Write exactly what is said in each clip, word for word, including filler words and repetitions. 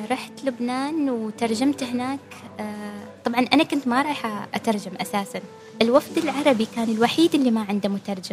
رحت لبنان وترجمت هناك. طبعا أنا كنت ما رايحة أترجم أساسا، الوفد العربي كان الوحيد اللي ما عنده مترجم.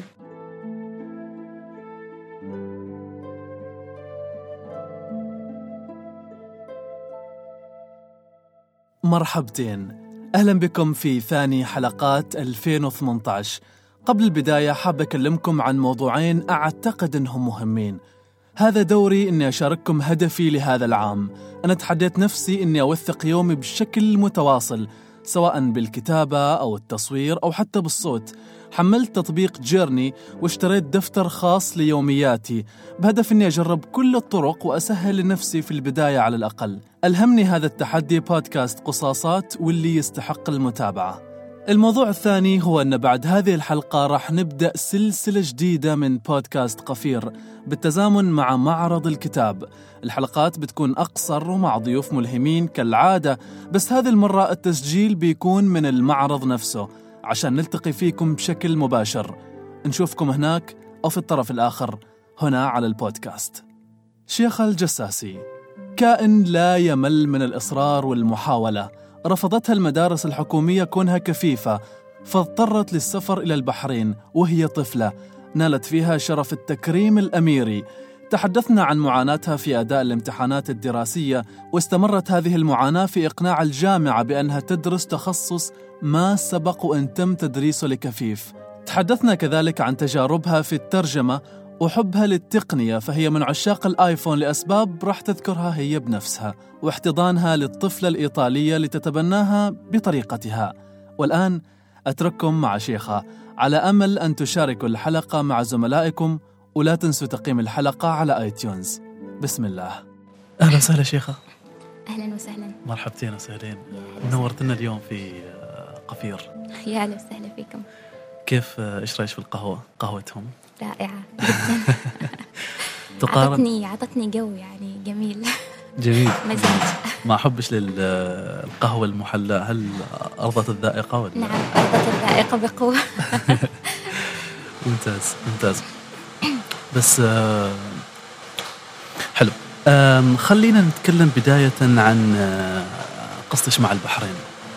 مرحبتين، أهلا بكم في ثاني حلقات ألفين وثمانية عشر. قبل البداية حاب أكلمكم عن موضوعين أعتقد أنهم مهمين. هذا دوري أني أشارككم هدفي لهذا العام. أنا تحديت نفسي أني أوثق يومي بشكل متواصل، سواء بالكتابة أو التصوير أو حتى بالصوت. حملت تطبيق جيرني واشتريت دفتر خاص ليومياتي بهدف أني أجرب كل الطرق وأسهل لنفسي في البداية على الأقل. ألهمني هذا التحدي بودكاست قصاصات واللي يستحق المتابعة. الموضوع الثاني هو أن بعد هذه الحلقة راح نبدأ سلسلة جديدة من بودكاست قفير بالتزامن مع معرض الكتاب. الحلقات بتكون أقصر ومع ضيوف ملهمين كالعادة، بس هذه المرة التسجيل بيكون من المعرض نفسه عشان نلتقي فيكم بشكل مباشر. نشوفكم هناك أو في الطرف الآخر هنا على البودكاست. شيخة الجساسي كائن لا يمل من الإصرار والمحاولة. رفضتها المدارس الحكومية كونها كفيفة، فاضطرت للسفر إلى البحرين وهي طفلة، نالت فيها شرف التكريم الأميري. تحدثنا عن معاناتها في أداء الامتحانات الدراسية، واستمرت هذه المعاناة في إقناع الجامعة بأنها تدرس تخصص ما سبق وأن تم تدريسه لكفيف. تحدثنا كذلك عن تجاربها في الترجمة وحبها للتقنية، فهي من عشاق الآيفون لأسباب راح تذكرها هي بنفسها، واحتضانها للطفلة الإيطالية لتتبناها بطريقتها. والآن أترككم مع شيخة، على أمل أن تشاركوا الحلقة مع زملائكم، ولا تنسوا تقييم الحلقة على آيتيونز. بسم الله. أهلا وسهلا شيخة. أهلا وسهلا. مرحبتين وسهلين، نورتنا اليوم في قفير. يا أهلا وسهلا فيكم. كيف إيش رأيش في القهوة؟ قهوتهم رائعة جدا. تقارن عطتني عطتني جو يعني جميل جميل مزاج. ما أحبش للقهوة المحلاة، هل أرضت الذائقة ولا؟ نعم أرضت الذائقة بقوة. ممتاز ممتاز. بس حلو. خلينا نتكلم بداية عن قصتش مع البحرين.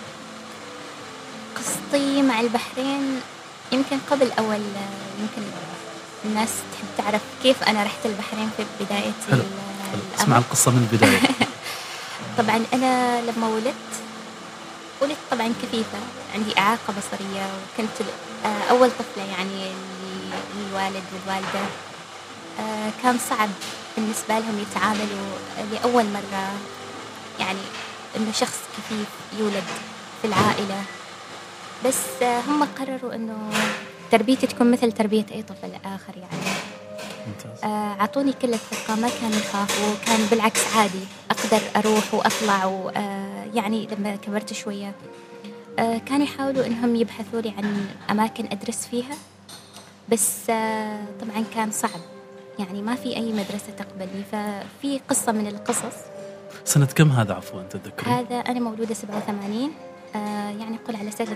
قصتي مع البحرين يمكن قبل أول يمكن الناس تحب تعرف كيف أنا رحت البحرين في بداية. حلو. اسمع القصة من البداية. طبعا أنا لما ولدت ولدت طبعا كفيفة، عندي إعاقة بصرية، وكنت أول طفلة يعني للوالد والوالدة. كان صعب بالنسبة لهم يتعاملوا لأول مرة يعني إنه شخص كفيف يولد في العائلة، بس هم قرروا إنه تربيتي تكون مثل تربية أي طفل آخر يعني. أعطوني كل الثقة، ما كانوا يخافوا، كان بالعكس عادي أقدر أروح وأطلع. ويعني لما كبرت شوية كانوا يحاولوا إنهم يبحثوا لي عن أماكن أدرس فيها، بس طبعا كان صعب يعني ما في أي مدرسة تقبلني. ففي قصة من القصص. سنة كم هذا عفوا تتذكرين؟ هذا أنا مولودة سبعة وثمانين، يعني قل على سنة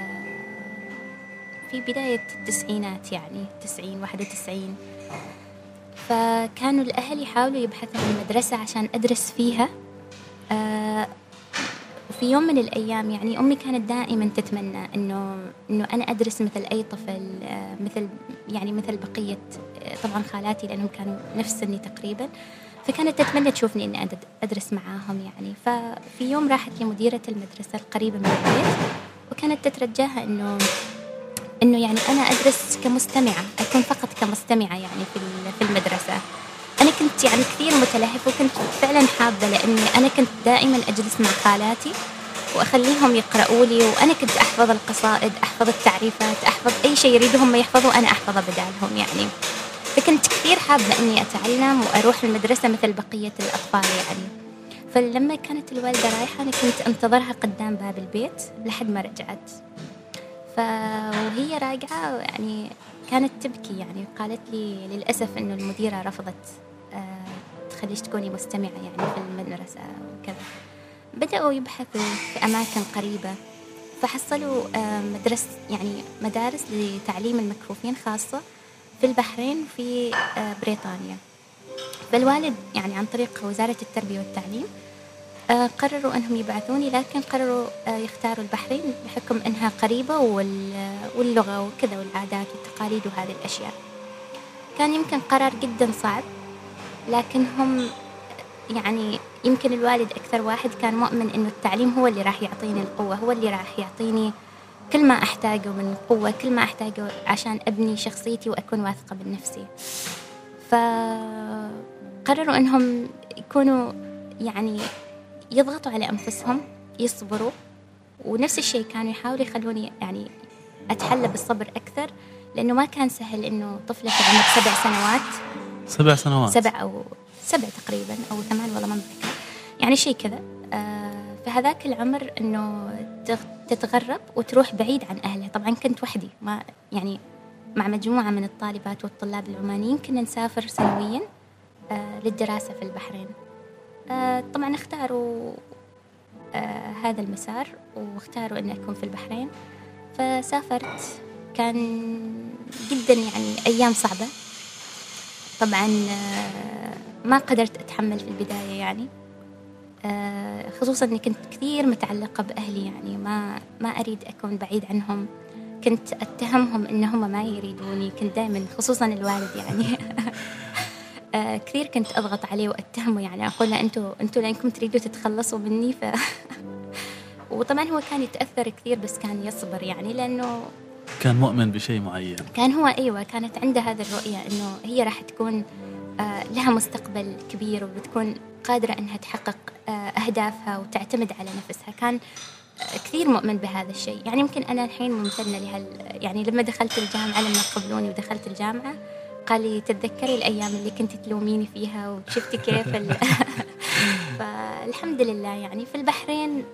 في بداية التسعينات، يعني تسعين واحد وتسعين. فكانوا الأهل يحاولوا يبحثوا عن مدرسة عشان أدرس فيها. في يوم من الأيام يعني أمي كانت دائما تتمنى إنه إنه أنا أدرس مثل أي طفل، مثل يعني مثل بقية طبعا خالاتي لأنهم كانوا نفس سني تقريبا، فكانت تتمنى تشوفني إني أدرس معاهم يعني. ففي يوم راحت لي مديرة المدرسة القريبة من البيت، وكانت تترجاها إنه إنه يعني أنا أدرس كمستمعة، أكون فقط كمستمعة يعني في في المدرسة. أنا كنت يعني كثير متلهفة، وكنت فعلا حابة، لأني أنا كنت دائما أجلس مع خالاتي وأخليهم يقرأوا لي، وأنا كنت أحفظ القصائد، أحفظ التعريفات، أحفظ أي شيء يريدوا هم يحفظوا أنا أحفظه بدالهم يعني. فكنت كثير حابة أني أتعلم وأروح المدرسة مثل بقية الأطفال يعني. فلما كانت الوالدة رايحة أنا كنت أنتظرها قدام باب البيت لحد ما رجعت. فوهي راجعة يعني كانت تبكي يعني، قالت لي للأسف إنه المديرة رفضت تخليش تكوني مستمعة يعني في المدرسة وكذا. بدأوا يبحثوا في أماكن قريبة، فحصلوا مدرسة يعني مدارس لتعليم المكفوفين خاصة في البحرين وفي بريطانيا. فالوالد يعني عن طريق وزارة التربية والتعليم آه قرروا أنهم يبعثوني، لكن قرروا آه يختاروا البحرين بحكم أنها قريبة واللغة وكذا والعادات والتقاليد وهذه الأشياء. كان يمكن قرار جدا صعب، لكن هم يعني يمكن الوالد أكثر واحد كان مؤمن إنه التعليم هو اللي راح يعطيني القوة، هو اللي راح يعطيني كل ما أحتاجه من قوة، كل ما أحتاجه عشان أبني شخصيتي وأكون واثقة من نفسي. فقرروا إنهم يكونوا يعني يضغطوا على أنفسهم، يصبروا، ونفس الشيء كانوا يحاولوا يخلوني يعني أتحلى بالصبر أكثر، لأنه ما كان سهل إنه طفلة في عمر سبع سنوات سبع سنوات سبع أو سبع تقريبا أو ثمان والله ما أتذكر يعني شيء كذا. آه في هذاك العمر إنه تتغرب وتروح بعيد عن أهلها. طبعا كنت وحدي، ما يعني مع مجموعة من الطالبات والطلاب العمانيين كنا نسافر سنويا آه للدراسة في البحرين. آه طبعا اختاروا آه هذا المسار واختاروا أن أكون في البحرين، فسافرت. كان جدا يعني أيام صعبة طبعا، آه ما قدرت أتحمل في البداية يعني، آه خصوصا أني كنت كثير متعلقة بأهلي، يعني ما ما أريد أكون بعيد عنهم. كنت أتهمهم إنهم ما يريدوني، كنت دائما خصوصا الوالد يعني آه كثير كنت أضغط عليه وأتهمه، يعني أقول له أنتوا أنتوا لأنكم تريدوا تتخلصوا مني. ف وطبعا هو كان يتأثر كثير بس كان يصبر يعني، لأنه كان مؤمن بشيء معين. كان هو أيوة كانت عنده هذه الرؤية إنه هي راح تكون آه لها مستقبل كبير وبتكون قادرة أنها تحقق آه أهدافها وتعتمد على نفسها. كان كثير مؤمن بهذا الشيء. يعني يمكن أنا الحين ممتنة لهال، يعني لما دخلت الجامعة لما قبلوني ودخلت الجامعة قال لي تتذكري الأيام اللي كنت تلوميني فيها وشفتي كيف ال... فالحمد لله يعني في البحرين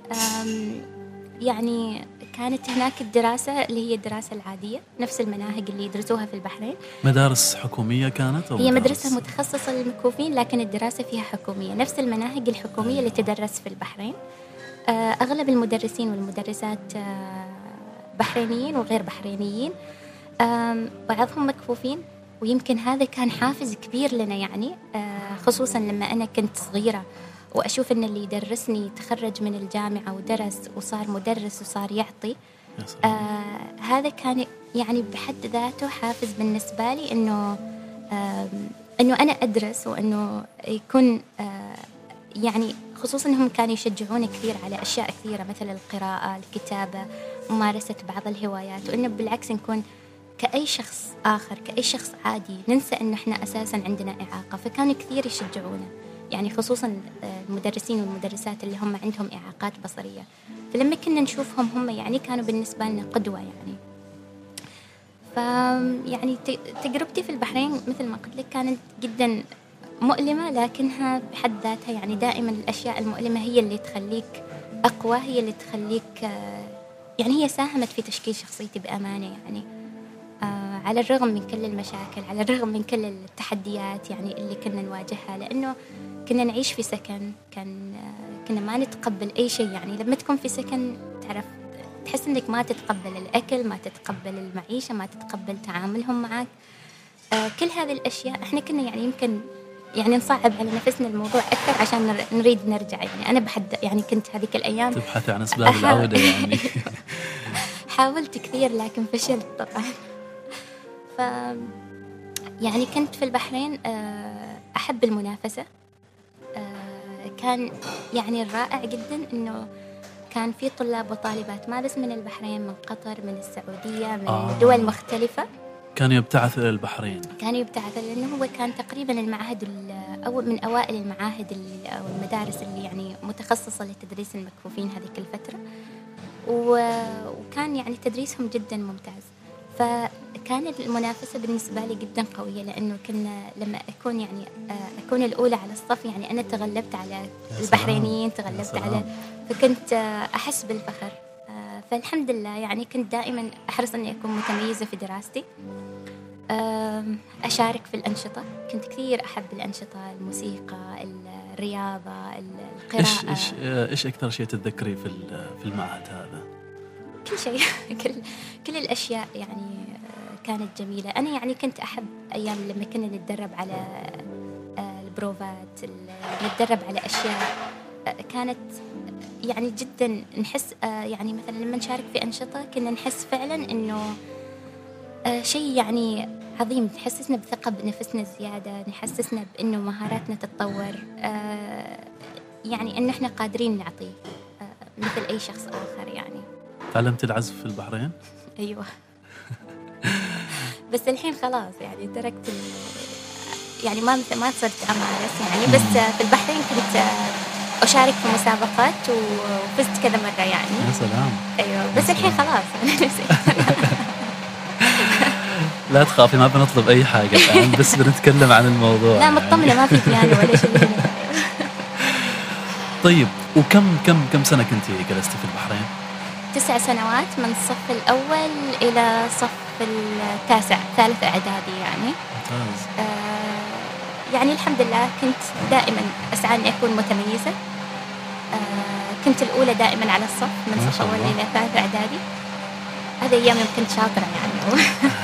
يعني كانت هناك الدراسة اللي هي الدراسة العادية، نفس المناهج اللي يدرسوها في البحرين. مدارس حكومية كانت؟ أو هي مدارس؟ مدرسة متخصصة للمكفوفين، لكن الدراسة فيها حكومية، نفس المناهج الحكومية اللي تدرس في البحرين. أغلب المدرسين والمدرسات بحرينيين وغير بحرينيين، بعضهم مكفوفين، ويمكن هذا كان حافز كبير لنا يعني، خصوصا لما أنا كنت صغيرة وأشوف أن اللي يدرسني تخرج من الجامعة ودرس وصار مدرس وصار يعطي. آه هذا كان يعني بحد ذاته حافز بالنسبة لي إنه آه إنه أنا أدرس وإنه يكون آه يعني خصوصا أنهم كانوا يشجعوني كثير على أشياء كثيرة مثل القراءة، الكتابة، ممارسة بعض الهوايات، وإنه بالعكس نكون كأي شخص آخر، كأي شخص عادي، ننسى إنه إحنا أساسا عندنا إعاقة. فكانوا كثير يشجعونا يعني، خصوصا المدرسين والمدرسات اللي هم عندهم إعاقات بصرية. فلما كنا نشوفهم هم يعني كانوا بالنسبة لنا قدوة يعني. ف يعني تجربتي في البحرين مثل ما قلت لك كانت جدا مؤلمة، لكنها بحد ذاتها يعني دائما الأشياء المؤلمة هي اللي تخليك أقوى، هي اللي تخليك يعني هي ساهمت في تشكيل شخصيتي بأمانة يعني. آه على الرغم من كل المشاكل، على الرغم من كل التحديات يعني اللي كنا نواجهها، لأنه كنا نعيش في سكن، كان كنا ما نتقبل أي شيء يعني. لما تكون في سكن تعرف تحس إنك ما تتقبل الأكل، ما تتقبل المعيشة، ما تتقبل تعاملهم معك. آه كل هذه الأشياء إحنا كنا يعني يمكن يعني نصعب على نفسنا الموضوع أكثر عشان نريد نرجع يعني. أنا بحد يعني كنت هذيك الأيام تبحث عن أسباب العودة يعني. حاولت كثير لكن فشلت طبعا. ف يعني كنت في البحرين أحب المنافسة. كان يعني الرائع جدا إنه كان في طلاب وطالبات ما بس من البحرين، من قطر، من السعودية، من آه. دول مختلفة كانوا يبتعثوا إلى البحرين. كانوا يبتعثوا لأنه هو كان تقريبا المعهد أو من أوائل المعاهد أو المدارس اللي يعني متخصصة لتدريس المكفوفين هذيك الفترة، وكان يعني تدريسهم جدا ممتاز. فكانت المنافسة بالنسبة لي جدا قوية، لأنه كنا لما أكون يعني أكون الأولى على الصف يعني أنا تغلبت على البحرينيين، تغلبت على، فكنت أحس بالفخر. فالحمد لله يعني كنت دائما أحرص أني أكون متميزة في دراستي، أشارك في الأنشطة، كنت كثير أحب الأنشطة، الموسيقى، الرياضة، القراءة. إيش إيش إيش أكثر شيء تتذكري في في المعهد هذا؟ كل شيء كل كل الأشياء يعني كانت جميلة. أنا يعني كنت أحب أيام لما كنا نتدرب على البروفات، نتدرب على أشياء كانت يعني جدا نحس يعني مثلا لما نشارك في أنشطة كنا نحس فعلا إنه شيء يعني عظيم، تحسسنا بثقة بنفسنا زيادة، نحسسنا بإنه مهاراتنا تتطور، يعني إن إحنا قادرين نعطي مثل أي شخص آخر. يعني تعلمت العزف في البحرين؟ أيوة. بس الحين خلاص يعني تركت يعني ما ما صرت أمارس يعني، بس في البحرين كنت أشارك في مسابقات وفزت كذا مرة يعني. يا سلام. أيوة بس الحين خلاص لا تخافي، ما بنطلب أي حاجة الآن، بس بنتكلم عن الموضوع. لا مطمنة يعني. ما في بيانو ولا شيء. طيب وكم كم كم سنة كنتي جلستي في البحرين؟ تسع سنوات من الصف الأول إلى صف التاسع، ثالث إعدادي يعني. ممتاز. آه يعني الحمد لله كنت دائما أسعى أن أكون متميزة. آه كنت الأولى دائما على الصف من صف أول إلى ثالث إعدادي. هذه أيام يوم كنت شاطرة يعني.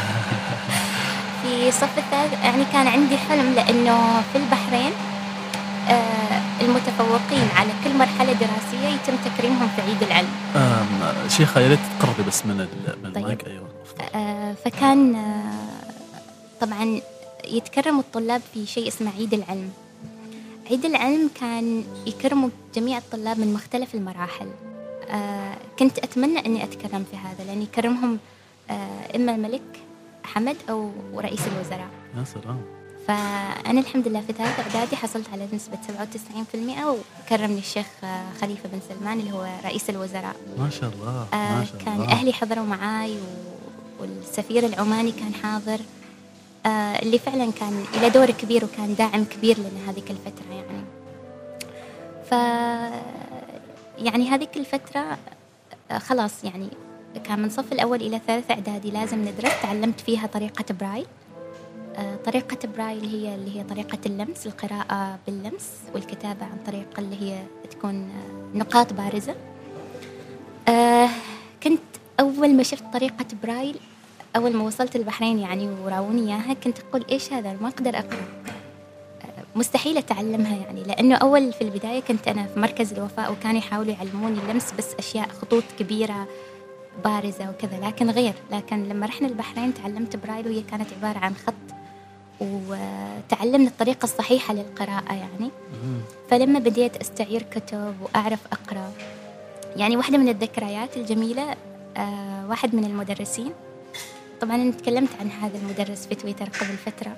في صف الثالث يعني كان عندي حلم، لأنه في البحرين آه المتفوقين على كل مرحلة دراسية يتم تكريمهم في عيد العلم. شيخة يا ريت تقربي بس من المايك. طيب. أيوة. آه فكان آه طبعا يتكرموا الطلاب في شيء اسمه عيد العلم. عيد العلم كان يكرموا جميع الطلاب من مختلف المراحل. آه كنت أتمنى أني أتكرم في هذا، لأن يكرمهم آه إما الملك حمد أو رئيس الوزراء. يا سلام. فأنا الحمد لله في ثالث إعدادي حصلت على نسبة سبعة وتسعين بالمئة، وكرمني الشيخ خليفة بن سلمان اللي هو رئيس الوزراء. ما شاء الله. آه ما شاء كان الله. أهلي حضروا معاي، والسفير العماني كان حاضر، آه اللي فعلا كان له دور كبير وكان داعم كبير لنا هذيك الفترة يعني. ف يعني هذيك الفترة آه خلاص يعني كان من صف الأول إلى ثالث إعدادي لازم ندرس. تعلمت فيها طريقة برايل. آه طريقة برايل هي اللي هي طريقة اللمس، القراءة باللمس، والكتابة عن طريق اللي هي تكون آه نقاط بارزة. آه كنت أول ما شفت طريقة برايل، أول ما وصلت البحرين يعني وراوني إياها، كنت أقول إيش هذا، ما أقدر أقرأ، مستحيل أتعلمها يعني. لأنه أول في البداية كنت أنا في مركز الوفاء، وكانوا يحاولوا يعلموني اللمس بس أشياء خطوط كبيرة بارزة وكذا، لكن غير. لكن لما رحنا البحرين تعلمت برايل، وهي كانت عبارة عن خط، وتعلمنا الطريقة الصحيحة للقراءة يعني. فلما بديت أستعير كتب وأعرف أقرأ يعني، واحدة من الذكريات الجميلة آه واحد من المدرسين، طبعا أنا تكلمت عن هذا المدرس في تويتر قبل فترة،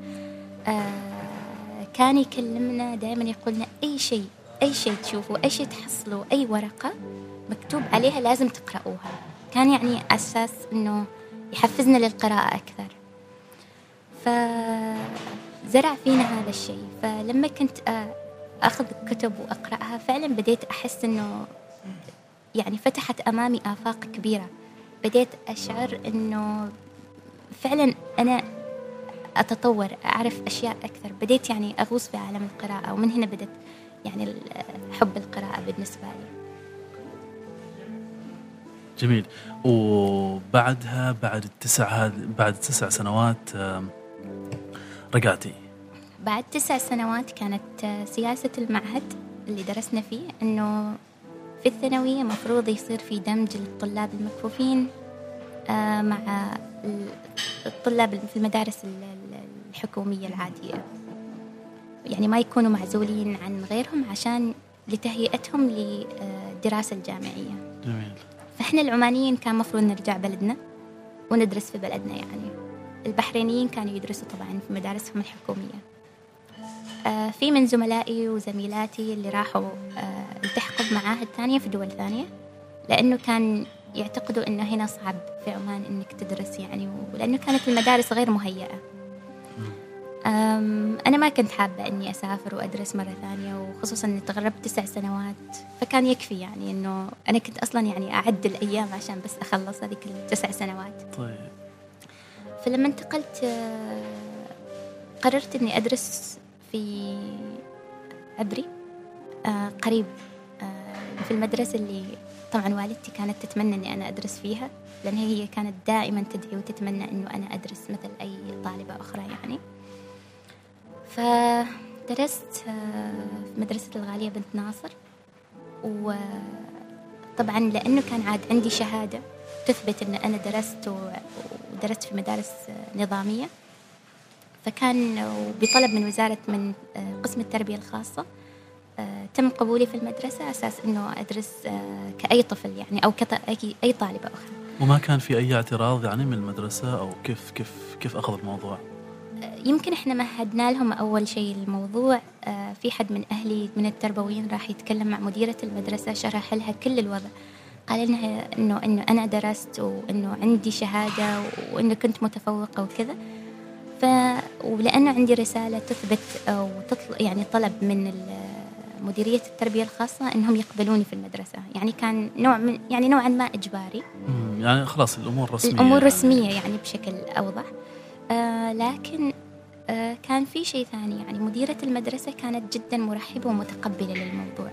آه كان يكلمنا دائما يقولنا أي شيء أي شيء تشوفوا، أي شيء تحصلوا، أي ورقة مكتوب عليها لازم تقرأوها. كان يعني أساس أنه يحفزنا للقراءة أكثر، فزرع فينا هذا الشيء. فلما كنت أخذ كتب وأقرأها فعلا بديت أحس أنه يعني فتحت أمامي آفاق كبيرة. بديت أشعر أنه فعلا أنا أتطور، أعرف أشياء أكثر. بديت يعني أغوص في عالم القراءة، ومن هنا بدأت يعني حب القراءة بالنسبة لي. جميل. وبعدها بعد التسع بعد تسع سنوات رجعتي. بعد تسع سنوات كانت سياسة المعهد اللي درسنا فيه أنه في الثانوية مفروض يصير في دمج للطلاب المكفوفين مع الطلاب في المدارس الحكومية العادية، يعني ما يكونوا معزولين عن غيرهم عشان لتهيئتهم للدراسة الجامعية. جميل. فإحنا العمانيين كان مفروض نرجع بلدنا وندرس في بلدنا يعني. البحرينيين كانوا يدرسوا طبعا في مدارسهم الحكومية. آه في من زملائي وزميلاتي اللي راحوا آه التحقوا بمعاهد ثانية في دول ثانية، لأنه كان يعتقدوا أنه هنا صعب في عمان أنك تدرس يعني، ولأنه كانت المدارس غير مهيئة. أنا ما كنت حابة أني أسافر وأدرس مرة ثانية، وخصوصاً أني تغربت تسع سنوات، فكان يكفي يعني أنه أنا كنت أصلاً يعني أعد الأيام عشان بس أخلص هذيك التسع سنوات. طيب. فلما انتقلت قررت أني أدرس في عبري قريب في المدرسة اللي طبعاً والدتي كانت تتمنى أني أنا أدرس فيها، لأن هي كانت دائماً تدعي وتتمنى أنه أنا أدرس مثل أي طالبة أخرى يعني. درست في مدرسة الغالية بنت ناصر، وطبعا لأنه كان عاد عندي شهادة تثبت أن أنا درست ودرست في مدارس نظامية، فكان بطلب من وزارة من قسم التربية الخاصة تم قبولي في المدرسة أساس أنه أدرس كأي طفل يعني أو كأي طالبة أخرى. وما كان في أي اعتراض يعني من المدرسة أو كيف كيف كيف أخذ الموضوع؟ يمكن إحنا مهدنا لهم أول شيء الموضوع. في حد من أهلي من التربويين راح يتكلم مع مديرة المدرسة، شرح لها كل الوضع، قال لها إنه إنه أنا درست وإنه عندي شهادة وإنه كنت متفوقة وكذا. ف ولأنه عندي رسالة تثبت أو تطلب يعني طلب من مديرية التربية الخاصة إنهم يقبلوني في المدرسة، يعني كان نوع من يعني نوعا ما إجباري. يعني خلاص الأمور رسمية. الأمور يعني رسمية يعني بشكل أوضح. آه لكن آه كان في شيء ثاني، يعني مديرة المدرسة كانت جدا مرحبة ومتقبلة للموضوع.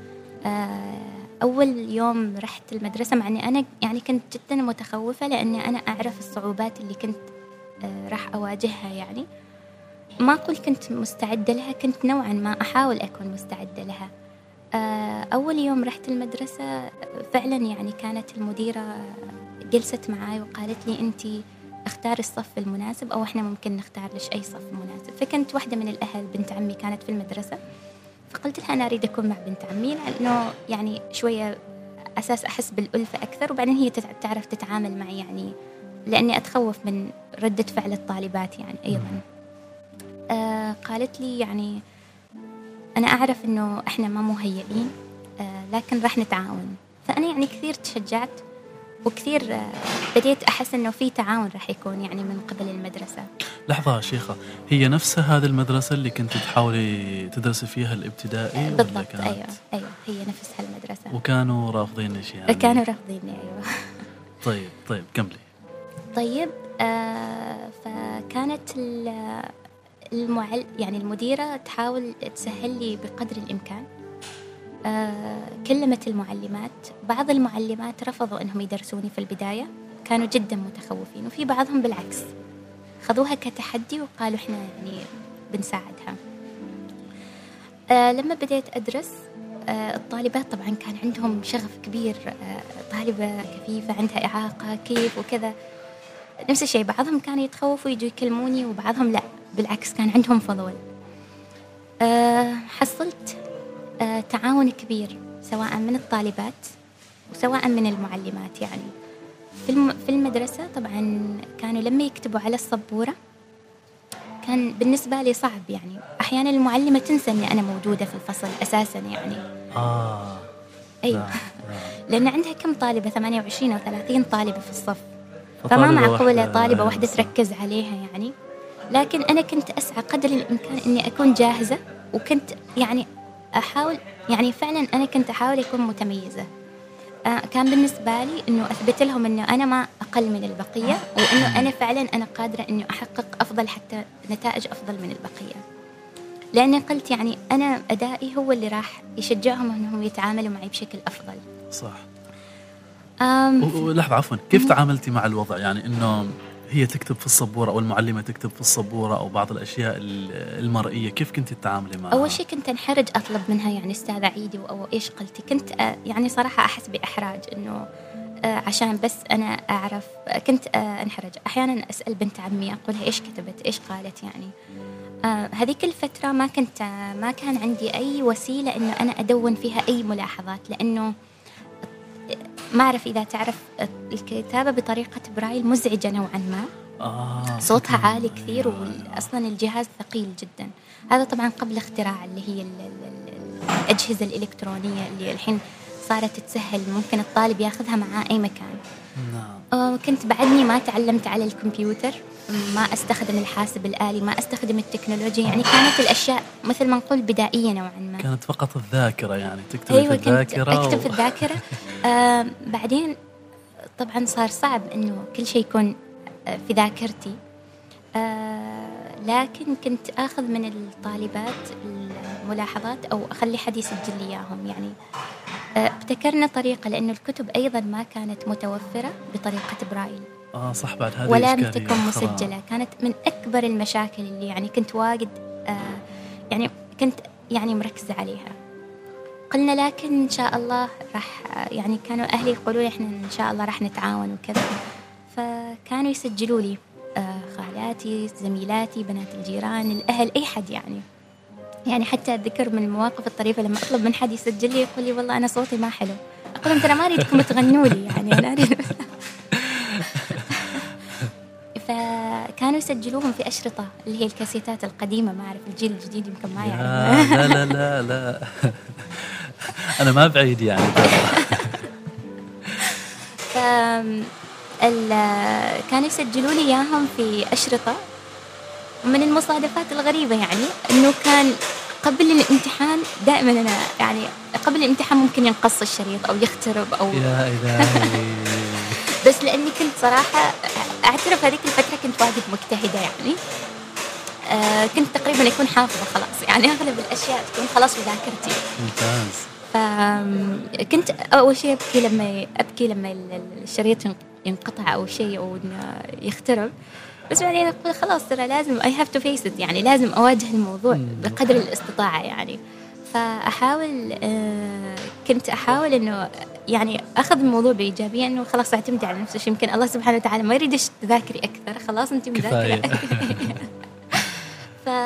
آه أول يوم رحت المدرسة مع أني أنا يعني كنت جدا متخوفة، لأني أنا أعرف الصعوبات اللي كنت آه راح أواجهها. يعني ما أقول كنت مستعدة لها، كنت نوعا ما أحاول أكون مستعدة لها. آه أول يوم رحت المدرسة فعلا يعني كانت المديرة جلست معاي وقالت لي أنتي اختار الصف المناسب أو إحنا ممكن نختار لش أي صف مناسب. فكنت واحدة من الأهل بنت عمي كانت في المدرسة، فقلت لها أنا أريد أكون مع بنت عمي لأنه يعني شوية أساس أحس بالألفة أكثر، وبعدين هي تعرف تتعامل معي يعني لأني أتخوف من ردة فعل الطالبات يعني أيضا. آه قالت لي يعني أنا أعرف إنه إحنا ما مهيئين، آه لكن راح نتعاون. فأنا يعني كثير تشجعت وكثير آه بديت أحس إنه في تعاون راح يكون يعني من قبل المدرسة. لحظة شيخة، هي نفسها هذه المدرسة اللي كنت تحاولي تدرسي فيها الابتدائي؟ بالضبط. أيوة أيوة هي نفسها المدرسة. وكانوا رافضين شيء يعني؟ كانوا رافضيني أيوة. طيب طيب كملي. طيب آه فكانت المعل يعني المديرة تحاول تسهل لي بقدر الإمكان. آه كلمت المعلمات، بعض المعلمات رفضوا أنهم يدرسوني في البداية، كانوا جدا متخوفين، وفي بعضهم بالعكس خذوها كتحدي وقالوا إحنا يعني بنساعدها. آه لما بديت أدرس آه الطالبات طبعا كان عندهم شغف كبير، آه طالبة كفيفة عندها إعاقة كيف وكذا، نفس الشيء. بعضهم كانوا يتخوفوا يجوا يكلموني وبعضهم لا، بالعكس كان عندهم فضول. أه حصلت أه تعاون كبير سواء من الطالبات وسواء من المعلمات. يعني في الم في المدرسة طبعا كانوا لما يكتبوا على السبورة كان بالنسبة لي صعب، يعني أحيانا المعلمة تنسى إني أنا موجودة في الفصل أساسا يعني. آه أيوة. لأن عندها كم طالبة، ثمانية وعشرين أو ثلاثين طالبة في الصف، فما معقولة طالبة واحدة تركز عليها يعني. لكن أنا كنت أسعى قدر الإمكان إني أكون جاهزة، وكنت يعني أحاول يعني فعلا أنا كنت أحاول أكون متميزة. آه كان بالنسبة لي إنه أثبت لهم إنه أنا ما أقل من البقية، وإنه أنا فعلا أنا قادرة إنه أحقق أفضل حتى نتائج أفضل من البقية، لأني قلت يعني أنا أدائي هو اللي راح يشجعهم إنهم يتعاملوا معي بشكل أفضل. صح. لحظة عفوا، كيف تعاملتي مع الوضع؟ يعني إنه هي تكتب في السبورة أو المعلمة تكتب في السبورة أو بعض الأشياء المرئية، كيف كنت تتعاملي معها؟ أول شيء كنت أنحرج أطلب منها يعني أستاذة عيدي أو إيش قلتي، كنت يعني صراحة أحس بإحراج إنه عشان بس أنا أعرف، كنت أنحرج. أحيانا أسأل بنت عمي أقولها إيش كتبت إيش قالت يعني. هذيك الفترة ما كنت ما كان عندي أي وسيلة إنه أنا أدون فيها أي ملاحظات، لأنه ما أعرف إذا تعرف الكتابة بطريقة برايل مزعجة نوعا ما. آه صوتها عالي كثير، وأصلا الجهاز ثقيل جدا. هذا طبعا قبل اختراع اللي هي الأجهزة الإلكترونية اللي الحين صارت تسهل، ممكن الطالب ياخذها معاه أي مكان. نعم. كنت بعدني ما تعلمت على الكمبيوتر، ما أستخدم الحاسب الآلي، ما أستخدم التكنولوجيا، يعني كانت الأشياء مثل ما نقول بدائية نوعا ما. كانت فقط الذاكرة، يعني تكتب أيوة في الذاكرة. أيوة أكتب و... في الذاكرة. آه بعدين طبعا صار صعب إنه كل شيء يكون في ذاكرتي. آه لكن كنت أخذ من الطالبات الملاحظات أو أخلي حد يسجل لي إياهم. يعني آه ابتكرنا طريقة، لأنه الكتب أيضا ما كانت متوفرة بطريقة برايل. آه صح، بعد هذه ولا تكون مسجلة. كانت من أكبر المشاكل اللي يعني كنت واجد آه يعني كنت يعني مركزة عليها. قلنا لكن إن شاء الله راح، يعني كانوا أهلي يقولوا لي إحنا إن شاء الله راح نتعاون وكذا، فكانوا يسجلوا لي خالاتي، زميلاتي، بنات الجيران، الأهل، أي حد يعني. يعني حتى أذكر من المواقف الطريفة لما أطلب من حد يسجل لي يقول لي والله أنا صوتي ما حلو، أقول لهم ترى ما أريدكم تغنوا لي يعني أنا أريد. فكانوا يسجلوهم في أشرطة اللي هي الكاسيتات القديمة، ما أعرف الجيل الجديد يمكن ما يعرف. لا لا لا لا أنا ما بعيد يعني. ف كانوا يسجلوا لي إياهم في أشرطة. من المصادفات الغريبة يعني إنه كان قبل الامتحان دائما أنا يعني قبل الامتحان ممكن ينقص الشريط أو يخترب أو يا إلهي. بس لأني كنت صراحة أعترف هذيك الفترة كنت واجد مجتهدة يعني. آه كنت تقريبا يكون حافظة خلاص يعني أغلب الأشياء تكون خلاص في ذاكرتي. ممتاز. فكنت أول شيء أبكي لما أبكي لما الشريط ينقطع أو شيء أو يخترب، بس بعدين أقول خلاص ترى لازم I have to face it يعني لازم أواجه الموضوع بقدر الاستطاعة يعني. فأحاول آه كنت أحاول إنه يعني أخذ الموضوع بإيجابية، إنه خلاص أعتمد على نفسي، يمكن الله سبحانه وتعالى ما يريدش تذاكري أكثر، خلاص أنت مذاكرة. ف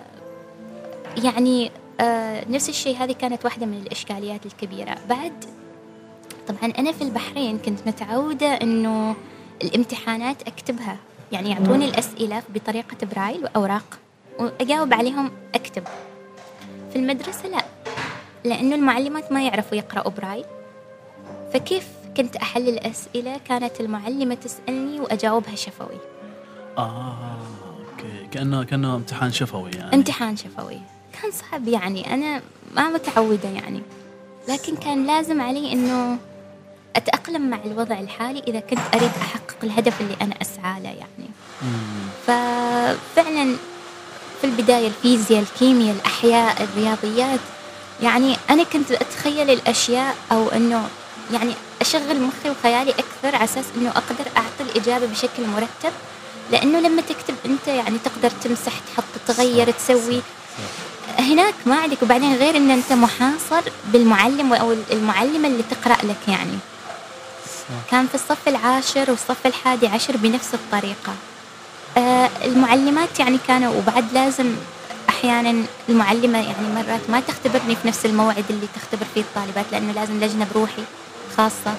يعني آه نفس الشيء، هذه كانت واحدة من الإشكاليات الكبيرة. بعد طبعا أنا في البحرين كنت متعودة إنه الامتحانات أكتبها، يعني يعطوني الأسئلة بطريقة برايل وأوراق وأجاوب عليهم أكتب. في المدرسة لا، لأنه المعلمات ما يعرفوا يقرأوا برايل، فكيف كنت أحل الأسئلة؟ كانت المعلمة تسألني وأجاوبها شفوي. آه أوكي، كأنه كأنه امتحان شفوي يعني. امتحان شفوي كان صعب يعني، أنا ما متعودة يعني، لكن كان لازم علي إنه أتأقلم مع الوضع الحالي إذا كنت أريد أحقق الهدف اللي أنا أسعى له يعني. مم. ففعلا في البداية الفيزياء، الكيمياء، الأحياء، الرياضيات، يعني أنا كنت أتخيل الأشياء أو أنه يعني أشغل مخي وخيالي أكثر على أساس أنه أقدر أعطي الإجابة بشكل مرتب، لأنه لما تكتب أنت يعني تقدر تمسح، تحط، تغير، تسوي. هناك ما عندك، وبعدين غير أن أنت محاصر بالمعلم أو المعلمة اللي تقرأ لك يعني. كان في الصف العاشر والصف الحادي عشر بنفس الطريقة. آه المعلمات يعني كانوا، وبعد لازم أحيانا المعلمة يعني مرات ما تختبرني في نفس الموعد اللي تختبر فيه الطالبات، لأنه لازم لجنة بروحي خاصة.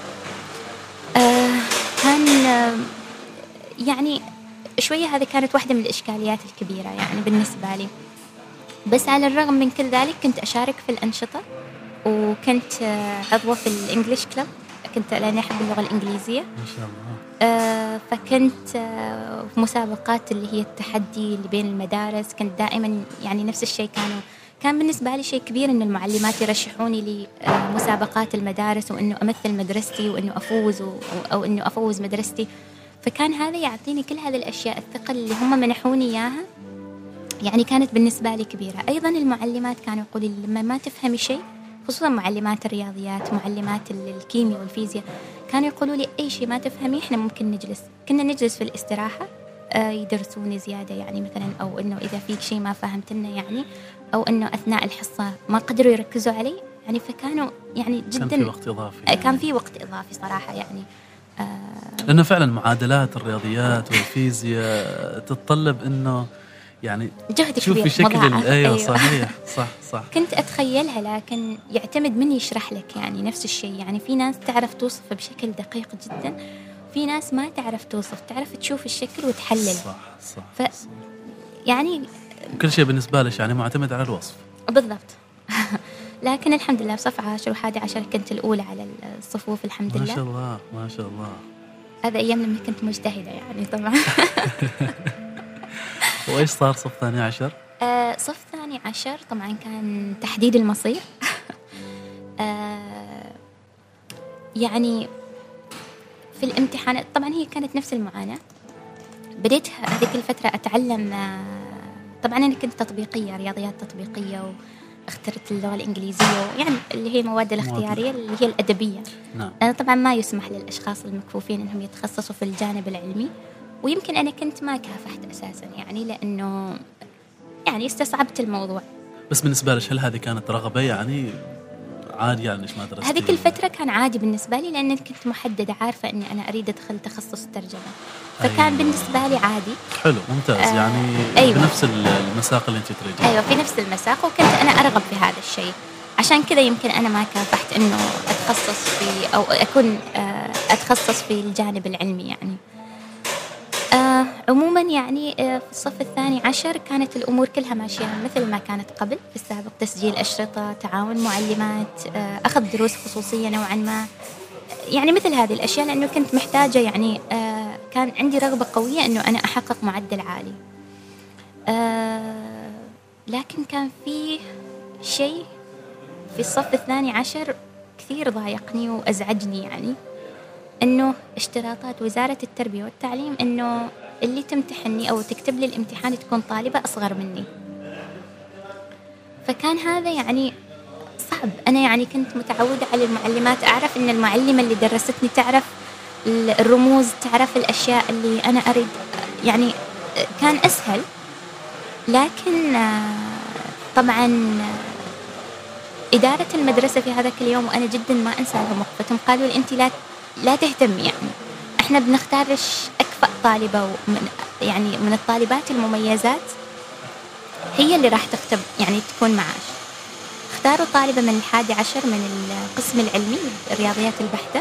آه كان آه يعني شوية هذه كانت واحدة من الإشكاليات الكبيرة يعني بالنسبة لي. بس على الرغم من كل ذلك كنت أشارك في الأنشطة، وكنت آه عضوة في الإنجليش كلاب، كنت لأني أحب اللغة الإنجليزية ما شاء الله. آه فكنت آه في مسابقات اللي هي التحدي اللي بين المدارس، كنت دائما يعني نفس الشيء. كانوا كان بالنسبة لي شيء كبير إن المعلمات يرشحوني لمسابقات المدارس، وإنه أمثل مدرستي، وإنه أفوز أو, أو إنه أفوز مدرستي. فكان هذا يعطيني كل هذه الأشياء، الثقة اللي هم منحوني إياها يعني كانت بالنسبة لي كبيرة. أيضا المعلمات كانوا يقولوا لي لما ما تفهمي شيء، خصوصا معلمات الرياضيات، معلمات الكيمياء والفيزياء، كانوا يقولوا لي أي شيء ما تفهمي إحنا ممكن نجلس، كنا نجلس في الاستراحة آه يدرسوني زيادة يعني مثلا، أو إنه إذا فيك شيء ما فهمتنا يعني، أو إنه أثناء الحصة ما قدروا يركزوا علي يعني. فكانوا يعني جدا كان في وقت إضافي يعني. كان في وقت إضافي صراحة يعني. آه لأنه فعلا معادلات الرياضيات والفيزياء تتطلب إنه يعني جهد شوفي كبير شكل أيوة, أيوة صحيح صح صح. كنت أتخيلها، لكن يعتمد من يشرح لك يعني نفس الشيء. يعني في ناس تعرف توصف بشكل دقيق جدا، في ناس ما تعرف توصف، تعرف تشوف الشكل وتحلل. صح صح, ف يعني كل شيء بالنسبة لك يعني معتمد على الوصف بالضبط. لكن الحمد لله بصف عاشر وحادي عشر كنت الأولى على الصفوف الحمد لله. ما شاء الله ما شاء الله. هذا أيام لما كنت مجتهدة يعني طبعا. وإيش صار صف ثاني عشر؟ آه صف ثاني عشر طبعا كان تحديد المصير. آه يعني في الامتحانات طبعا هي كانت نفس المعاناة. بديت هذيك الفترة أتعلم، آه طبعا أنا كنت تطبيقية، رياضيات تطبيقية، واخترت اللغة الإنجليزية يعني اللي هي المواد الاختيارية اللي هي الأدبية. نعم. أنا طبعا ما يسمح للأشخاص المكفوفين أنهم يتخصصوا في الجانب العلمي، ويمكن أنا كنت ما كافحت أساساً يعني، لأنه يعني استصعبت الموضوع. بس بالنسبة لك هل هذه كانت رغبة يعني عادي يعني إيش ما درستي؟ هذيك الفترة كان عادي بالنسبة لي لأن كنت محددة عارفة إني أنا أريد أدخل تخصص ترجمة، فكان أيوة. بالنسبة لي عادي. حلو ممتاز. آه يعني أيوة. بنفس المساق اللي أنت تريدين. أيوة في نفس المساق، وكنت أنا أرغب في هذا الشيء، عشان كذا يمكن أنا ما كافحت إنه أتخصص في أو أكون أتخصص في الجانب العلمي يعني. آه عموما يعني آه في الصف الثاني عشر كانت الأمور كلها ماشية مثل ما كانت قبل في السابق، تسجيل أشرطة، تعاون معلمات، آه أخذ دروس خصوصية نوعا ما، يعني مثل هذه الأشياء، لأنه كنت محتاجة يعني آه كان عندي رغبة قوية إنه أنا أحقق معدل عالي. آه لكن كان في شيء في الصف الثاني عشر كثير ضايقني وأزعجني، يعني إنه اشتراطات وزارة التربية والتعليم إنه اللي تمتحني أو تكتب لي الامتحان تكون طالبة أصغر مني، فكان هذا يعني صعب. أنا يعني كنت متعودة على المعلمات، أعرف إن المعلمة اللي درستني تعرف الرموز، تعرف الأشياء اللي أنا أريد، يعني كان أسهل. لكن طبعاً إدارة المدرسة في هذاك اليوم وأنا جداً ما أنسى لهم وقفتهم، قالوا لي أنت لا لا تهتمي، يعني إحنا بنختارش أكفأ طالبة ومن يعني من الطالبات المميزات هي اللي راح تختب يعني تكون معاش. اختاروا طالبة من الحادي عشر من القسم العلمي الرياضيات البحتة،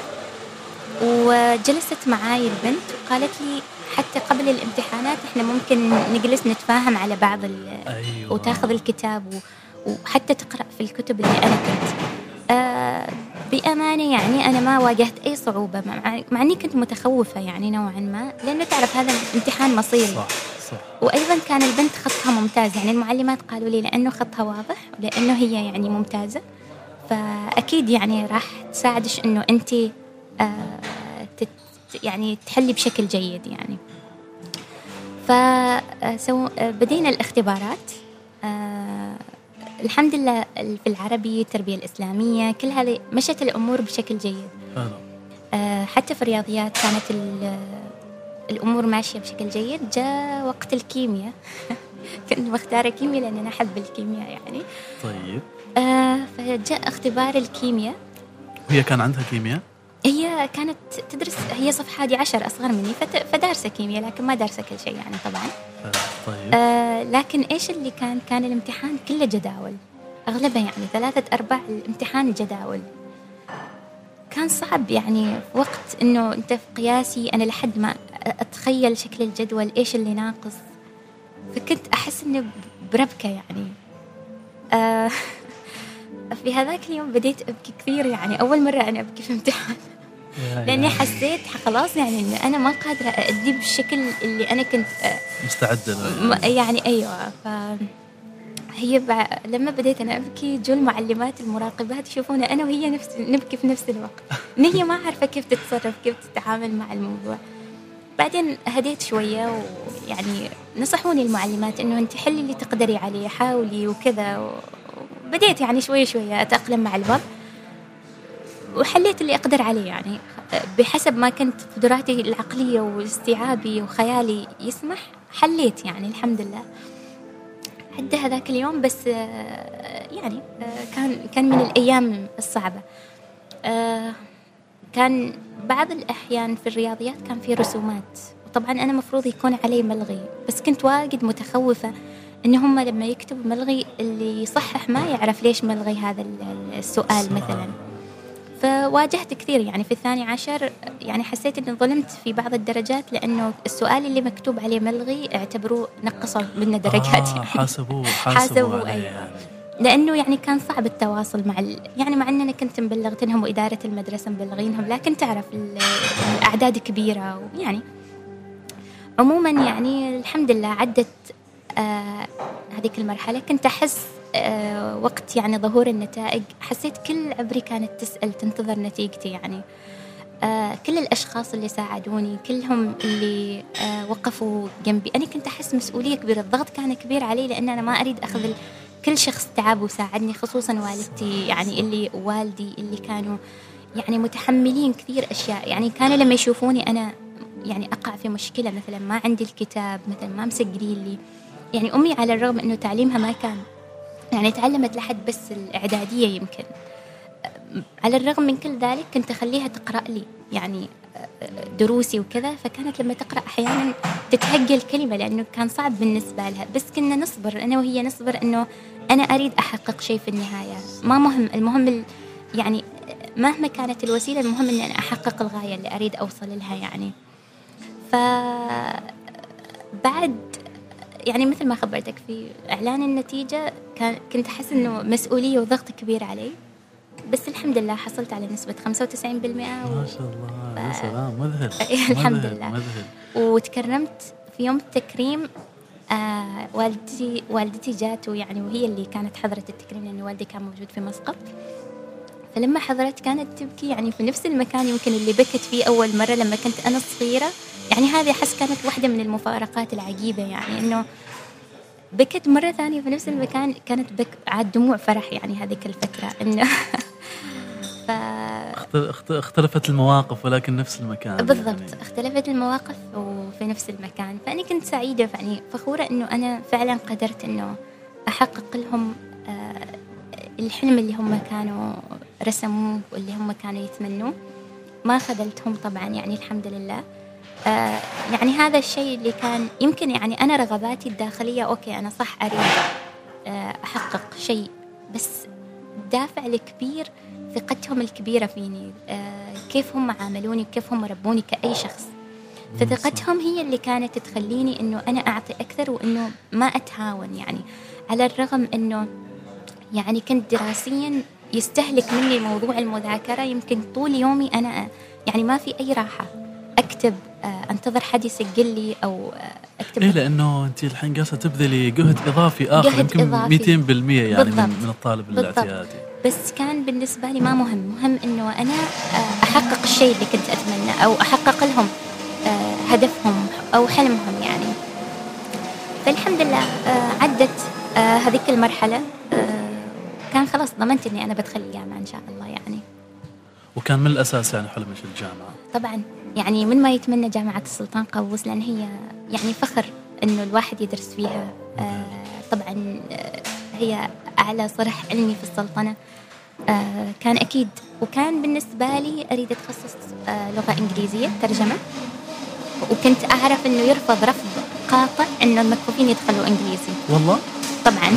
وجلست معاي البنت وقالت لي حتى قبل الامتحانات إحنا ممكن نجلس نتفاهم على بعض أيوة. وتاخذ الكتاب و وحتى تقرأ في الكتب اللي أنا كنت آه بأمانة، يعني أنا ما واجهت أي صعوبة، مع, مع أني كنت متخوفة يعني نوعا ما، لأنه تعرف هذا امتحان مصيري. صح صح. وأيضا كان البنت خطها ممتاز، يعني المعلمات قالوا لي لأنه خطها واضح ولأنه هي يعني ممتازة، فأكيد يعني راح تساعدش أنه أنت آه تت يعني تحلي بشكل جيد يعني. فسو بدينا الاختبارات، آه الحمد لله في العربي، التربية الإسلامية، كل هذه مشت الأمور بشكل جيد. آه حتى في الرياضيات كانت الأمور ماشية بشكل جيد. جاء وقت الكيمياء كنت مختارة كيمياء لأن أنا أحب الكيمياء يعني. طيب. آه فجاء اختبار الكيمياء. هي كان عندها كيمياء؟ هي كانت تدرس، هي صف حادي عشر أصغر مني، فدارسة كيمياء لكن ما دارسة كل شيء يعني طبعا. طيب. آه لكن إيش اللي كان كان الامتحان كله جداول، أغلبها يعني ثلاثة أرباع الامتحان جداول. كان صعب يعني في وقت إنه أنت في قياسي أنا لحد ما أتخيل شكل الجدول إيش اللي ناقص، فكنت أحس إنه بربكة يعني. آه في هذاك اليوم بديت أبكي كثير، يعني أول مرة أنا أبكي في امتحان لأني حسيت خلاص يعني إن أنا ما قادرة أدي بالشكل اللي أنا كنت مستعدة يعني. أيوة. فهي لما بديت أنا أبكي جو المعلمات المراقبات يشوفون أنا وهي نفس نبكي في نفس الوقت، إن هي ما عارفة كيف تتصرف كيف تتعامل مع الموضوع. بعدين هديت شوية ويعني نصحوني المعلمات إنه أنت حلي اللي تقدري عليه، حاولي وكذا. بديت يعني شوية شوية أتأقلم مع الوضع وحليت اللي أقدر عليه، يعني بحسب ما كنت قدراتي العقلية واستيعابي وخيالي يسمح حليت يعني الحمد لله. عدى هذاك اليوم بس يعني كان كان من الأيام الصعبة. كان بعض الأحيان في الرياضيات كان في رسومات، وطبعا أنا مفروض يكون علي ملغي، بس كنت واجد متخوفة إن هم لما يكتبوا ملغي اللي يصحح ما يعرف ليش ملغي هذا السؤال مثلا. فواجهت كثير يعني في الثاني عشر، يعني حسيت إني ظلمت في بعض الدرجات لأنه السؤال اللي مكتوب عليه ملغي اعتبروه نقصوا منا درجات. آه يعني حاسبوه حاسبوه أيوة يعني. لأنه يعني كان صعب التواصل مع ال... يعني مع أننا كنت مبلغتنهم وإدارة المدرسة مبلغينهم، لكن تعرف الأعداد كبيرة ويعني عموما يعني الحمد لله عدت آه هذيك المرحلة. كنت أحس آه وقت يعني ظهور النتائج حسيت كل عبري كانت تسأل تنتظر نتيجتي، يعني آه كل الأشخاص اللي ساعدوني كلهم اللي آه وقفوا جنبي، أنا كنت أحس مسؤولية كبيرة، الضغط كان كبير علي لأن أنا ما أريد أخذ ال... كل شخص تعب وساعدني، خصوصا والدتي يعني اللي والدي اللي كانوا يعني متحملين كثير أشياء. يعني كانوا لما يشوفوني أنا يعني أقع في مشكلة مثلا ما عندي الكتاب مثلا ما مسجلين لي، يعني أمي على الرغم أنه تعليمها ما كان يعني تعلمت لحد بس الإعدادية يمكن. على الرغم من كل ذلك كنت أخليها تقرأ لي يعني دروسي وكذا، فكانت لما تقرأ أحيانا تتهجى الكلمة لأنه كان صعب بالنسبة لها، بس كنا نصبر أنا وهي نصبر إنه أنا أريد أحقق شيء في النهاية، ما مهم المهم يعني مهما كانت الوسيلة المهم إن أنا أحقق الغاية اللي أريد أوصل لها يعني. فبعد يعني مثل ما خبرتك في إعلان النتيجة كنت أحس إنه مسؤولية وضغط كبير علي، بس الحمد لله حصلت على نسبة خمسة وتسعين بالمئة و... ما شاء الله. يا سلام، مذهل. الحمد لله مذهل. وتكرمت في يوم التكريم. آه والدتي والدتي جات يعني وهي اللي كانت حضرت التكريم لأن والدي كان موجود في مسقط، فلما حضرت كانت تبكي يعني في نفس المكان يمكن اللي بكت فيه أول مرة لما كنت أنا صغيرة. يعني هذه أحس كانت واحدة من المفارقات العجيبة، يعني إنه بكت مرة ثانية في نفس المكان، كانت بك عاد دموع فرح يعني هذيك الفترة إنه ف... اختلفت المواقف ولكن نفس المكان. بالضبط يعني. اختلفت المواقف وفي نفس المكان، فأنا كنت سعيدة يعني فخورة إنه أنا فعلا قدرت إنه أحقق لهم الحلم اللي هم كانوا رسموه واللي هم كانوا يتمنوه. ما خذلتهم طبعا يعني الحمد لله. آه يعني هذا الشيء اللي كان يمكن يعني أنا رغباتي الداخلية أوكي أنا صح أريد آه أحقق شيء، بس الدافع الكبير ثقتهم الكبيرة فيني، آه كيف هم عاملوني كيف هم ربوني كأي شخص، فثقتهم هي اللي كانت تخليني إنه أنا أعطي أكثر وإنه ما أتهاون. يعني على الرغم إنه يعني كنت دراسيا يستهلك مني موضوع المذاكرة، يمكن طول يومي أنا يعني ما في أي راحة، أكتب آه أنتظر حد يسجل لي أو آه أكتب. إيه لأنه أنت الحين قاعدة تبذلي جهد إضافي آخر جهد يمكن مئتين بالمئة يعني من, من الطالب الاعتيادي. بس كان بالنسبة لي ما مهم، مهم إنه أنا آه أحقق الشيء اللي كنت أتمنى أو أحقق لهم آه هدفهم أو حلمهم يعني. فالحمد لله آه عدت آه هذيك المرحلة، آه كان خلاص ضمنت إني أنا بدخل الجامعة إن شاء الله يعني. وكان من الأساس يعني حلمك الجامعة؟ طبعا يعني من ما يتمنى جامعة السلطان قابوس، لأن هي يعني فخر إنه الواحد يدرس فيها. آه طبعا آه هي أعلى صرح علمي في السلطنة. آه كان أكيد، وكان بالنسبة لي أريد أتخصص آه لغة إنجليزية ترجمة، وكنت أعرف إنه يرفض رفض قاطع إنه المكفوفين يدخلوا إنجليزي. والله؟ طبعا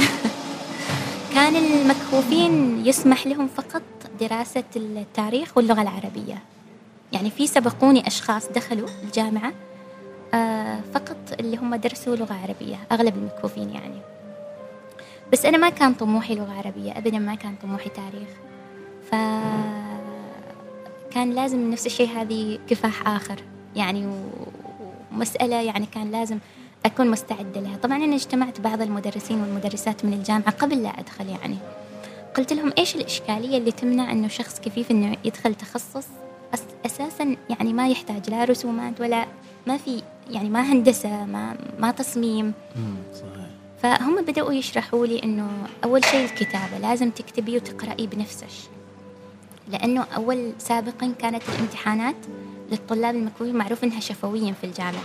كان المكفوفين يسمح لهم فقط دراسة التاريخ واللغة العربية. يعني في سبقوني أشخاص دخلوا الجامعة آه فقط اللي هم درسوا لغة عربية، أغلب المكفوفين يعني. بس أنا ما كان طموحي لغة عربية أبدا، ما كان طموحي تاريخ، فكان لازم نفس الشيء هذه كفاح آخر يعني، ومسألة يعني كان لازم أكون مستعدة لها. طبعا أنا اجتمعت بعض المدرسين والمدرسات من الجامعة قبل لا أدخل يعني، قلت لهم إيش الإشكالية اللي تمنع أنه شخص كفيف أنه يدخل تخصص أساسا يعني ما يحتاج لا رسومات ولا ما في يعني ما هندسة ما ما تصميم. صحيح. فهم بدأوا يشرحوا لي أنه أول شيء الكتابة لازم تكتبي وتقرأي بنفسك، لأنه أول سابقا كانت الامتحانات للطلاب المكفوفين معروف أنها شفويا في الجامعة.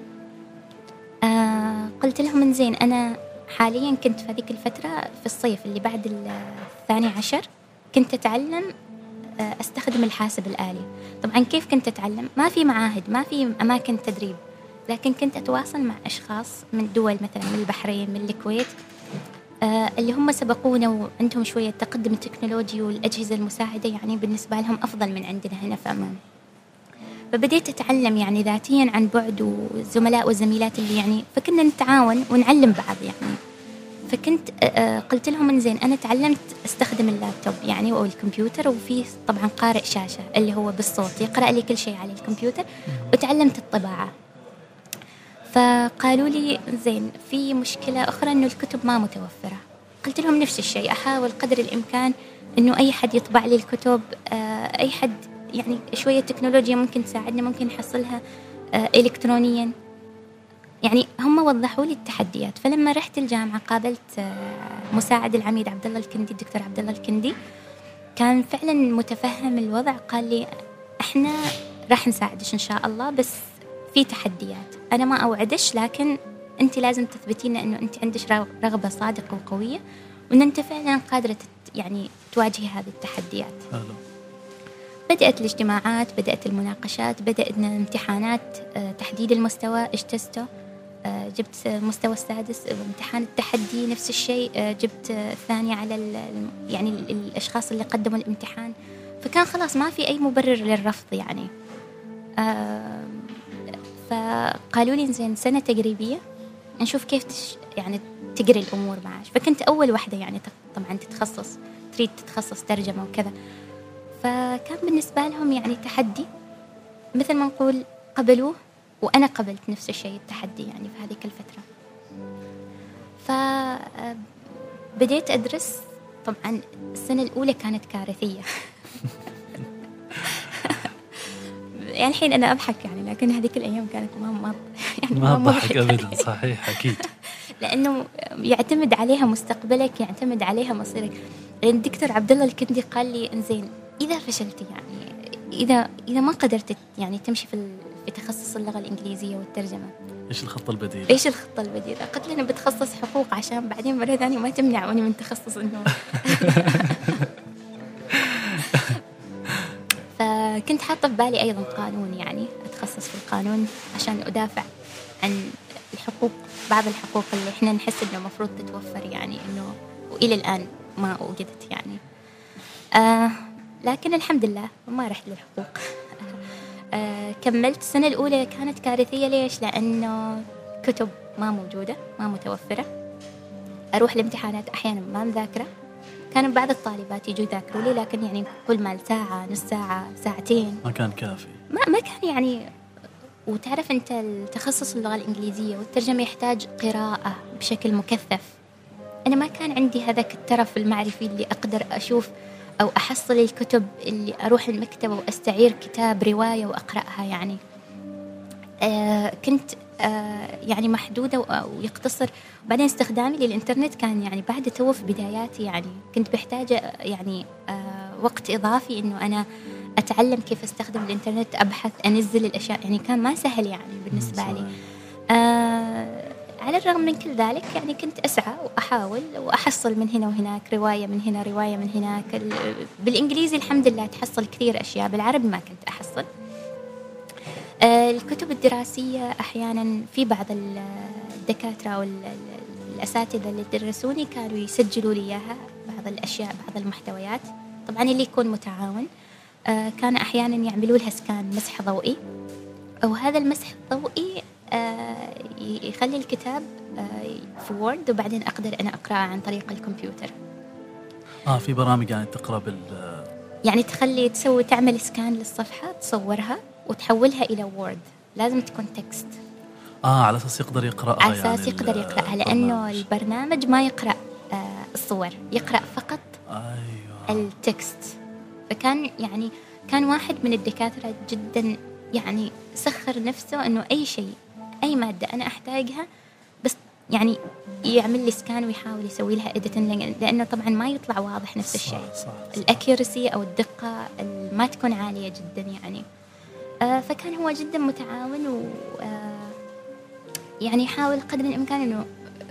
آه قلت لهم من زين أنا حاليا كنت في هذيك الفترة في الصيف اللي بعد الثاني عشر كنت أتعلم آه أستخدم الحاسب الآلي. طبعا كيف كنت أتعلم؟ ما في معاهد، ما في أماكن تدريب، لكن كنت أتواصل مع أشخاص من دول مثلا من البحرين من الكويت آه اللي هم سبقونا وعندهم شوية تقدم التكنولوجي والأجهزة المساعدة يعني بالنسبة لهم أفضل من عندنا هنا في عمان. فبديت أتعلم يعني ذاتيا عن بعد، وزملاء وزميلات اللي يعني فكنا نتعاون ونعلم بعض يعني. فكنت آه قلت لهم من زين أنا تعلمت أستخدم اللابتوب يعني أو الكمبيوتر، وفي طبعا قارئ شاشة اللي هو بالصوت يقرأ لي كل شيء على الكمبيوتر، وتعلمت الطباعة. فقالوا لي زين في مشكلة أخرى إنه الكتب ما متوفرة. قلت لهم نفس الشيء، أحاول قدر الإمكان إنه أي حد يطبع لي الكتب، آه أي حد يعني شوية تكنولوجيا ممكن تساعدنا ممكن نحصلها آه إلكترونيا يعني. هم وضحوا لي التحديات. فلما رحت الجامعة قابلت آه مساعد العميد عبد الله الكندي، الدكتور عبد الله الكندي، كان فعلا متفهم الوضع. قال لي إحنا راح نساعدش إن شاء الله، بس في تحديات أنا ما أوعدش، لكن أنت لازم تثبتين إنه أنت عندك رغبة صادقة وقوية، وأن أنت فعلا قادرة يعني تواجهي هذه التحديات. حلو. بدأت الاجتماعات، بدأت المناقشات، بدأنا امتحانات تحديد المستوى، اجتزته، جبت مستوى السادس. امتحان التحدي نفس الشيء، جبت الثاني على يعني الأشخاص اللي قدموا الامتحان. فكان خلاص ما في أي مبرر للرفض يعني. فقالوا لي زين سنة تجريبية نشوف كيف تش يعني تقري الأمور معاش. فكنت أول واحدة يعني طبعا تتخصص، تريد تتخصص ترجمة وكذا. فكان بالنسبة لهم يعني تحدي، مثل ما نقول قبلوه وأنا قبلت نفس الشيء التحدي يعني في هذه الفترة. فبديت أدرس. طبعا السنة الأولى كانت كارثية يعني الحين أنا أضحك يعني، لكن هذيك الأيام كانت ما ما يعني ما ضحك أبدا. صحيح أكيد. لأنه يعتمد عليها مستقبلك، يعتمد عليها مصيرك. لأن الدكتور عبد الله الكندي قال لي إنزين إذا فشلتي يعني إذا إذا ما قدرت يعني تمشي في في تخصص اللغة الإنجليزية والترجمة، إيش الخطة البديلة؟ إيش الخطة البديلة؟ قلت له أنا بتخصص حقوق عشان بعدين مرة ثانية ما تمنعوني من تخصص النوم. فكنت حاطة في بالي أيضا قانون، يعني أتخصص في القانون عشان أدافع عن الحقوق، بعض الحقوق اللي إحنا نحس إنه مفروض تتوفر يعني، إنه وإلى الآن ما وجدت يعني. آه لكن الحمد لله ما رحت للحقوق. آه كملت. السنة الأولى كانت كارثية. ليش؟ لأنه كتب ما موجودة، ما متوفرة. أروح الامتحانات أحيانا ما مذاكرة. كانوا بعض الطالبات يجوا يذاكروا لي، لكن يعني كل مال ساعة، نص ساعة، ساعتين، ما كان كافي. ما ما كان يعني. وتعرف أنت التخصص اللغة الإنجليزية والترجمة يحتاج قراءة بشكل مكثف. أنا ما كان عندي هذاك الترف المعرفي اللي أقدر أشوف أو أحصل الكتب، اللي أروح المكتبة وأستعير كتاب رواية وأقرأها يعني. آه كنت آه يعني محدودة ويقتصر. بعدين استخدامي للإنترنت كان يعني بعد تو في بداياتي، يعني كنت بحتاج يعني آه وقت إضافي إنه أنا أتعلم كيف أستخدم الإنترنت، أبحث، أنزل الأشياء، يعني كان ما سهل يعني بالنسبة لي. آه على الرغم من كل ذلك يعني كنت أسعى وأحاول وأحصل من هنا وهناك، رواية من هنا، رواية من هناك. بالإنجليزي الحمد لله تحصل كثير أشياء، بالعربي ما كنت أحصل. آه الكتب الدراسية أحيانا في بعض الدكاترة أو الأساتذة اللي درسوني كانوا يسجلوا لي إياها، بعض الأشياء، بعض المحتويات. طبعا اللي يكون متعاون آه كان أحيانا يعملوا لها سكان، مسح ضوئي، أو هذا المسح الضوئي آه يخلي الكتاب آه في وورد، وبعدين أقدر أنا أقرأه عن طريق الكمبيوتر. آه في برامج يعني تقرأ بال يعني تخلي تسوي تعمل سكان للصفحة، تصورها وتحولها إلى وورد. لازم تكون تكست. آه على أساس يقدر يقرأها، على أساس يعني يقدر يقرأها، لأنه البرنامج ما يقرأ آه الصور، يقرأ فقط أيوة. التكست. فكان يعني كان واحد من الدكاترة جدا يعني سخر نفسه إنه أي شيء، أي مادة أنا أحتاجها بس يعني يعمل لي سكان ويحاول يسوي لها إديتنج، لأنه طبعا ما يطلع واضح نفس الشيء. الأكيرسي أو الدقة ما تكون عالية جدا يعني. آه فكان هو جدا متعاون، و آه يعني يحاول قدر الإمكان إنه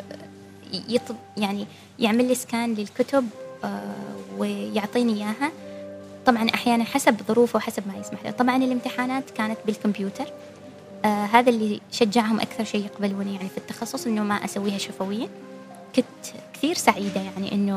يطب يعني يعمل لي سكان للكتب آه ويعطيني إياها. طبعا أحيانا حسب ظروفه وحسب ما يسمح له. طبعا الامتحانات كانت بالكمبيوتر. آه هذا اللي شجعهم أكثر شيء يقبلوني يعني في التخصص، إنه ما أسويها شفويا. كنت كثير سعيدة يعني إنه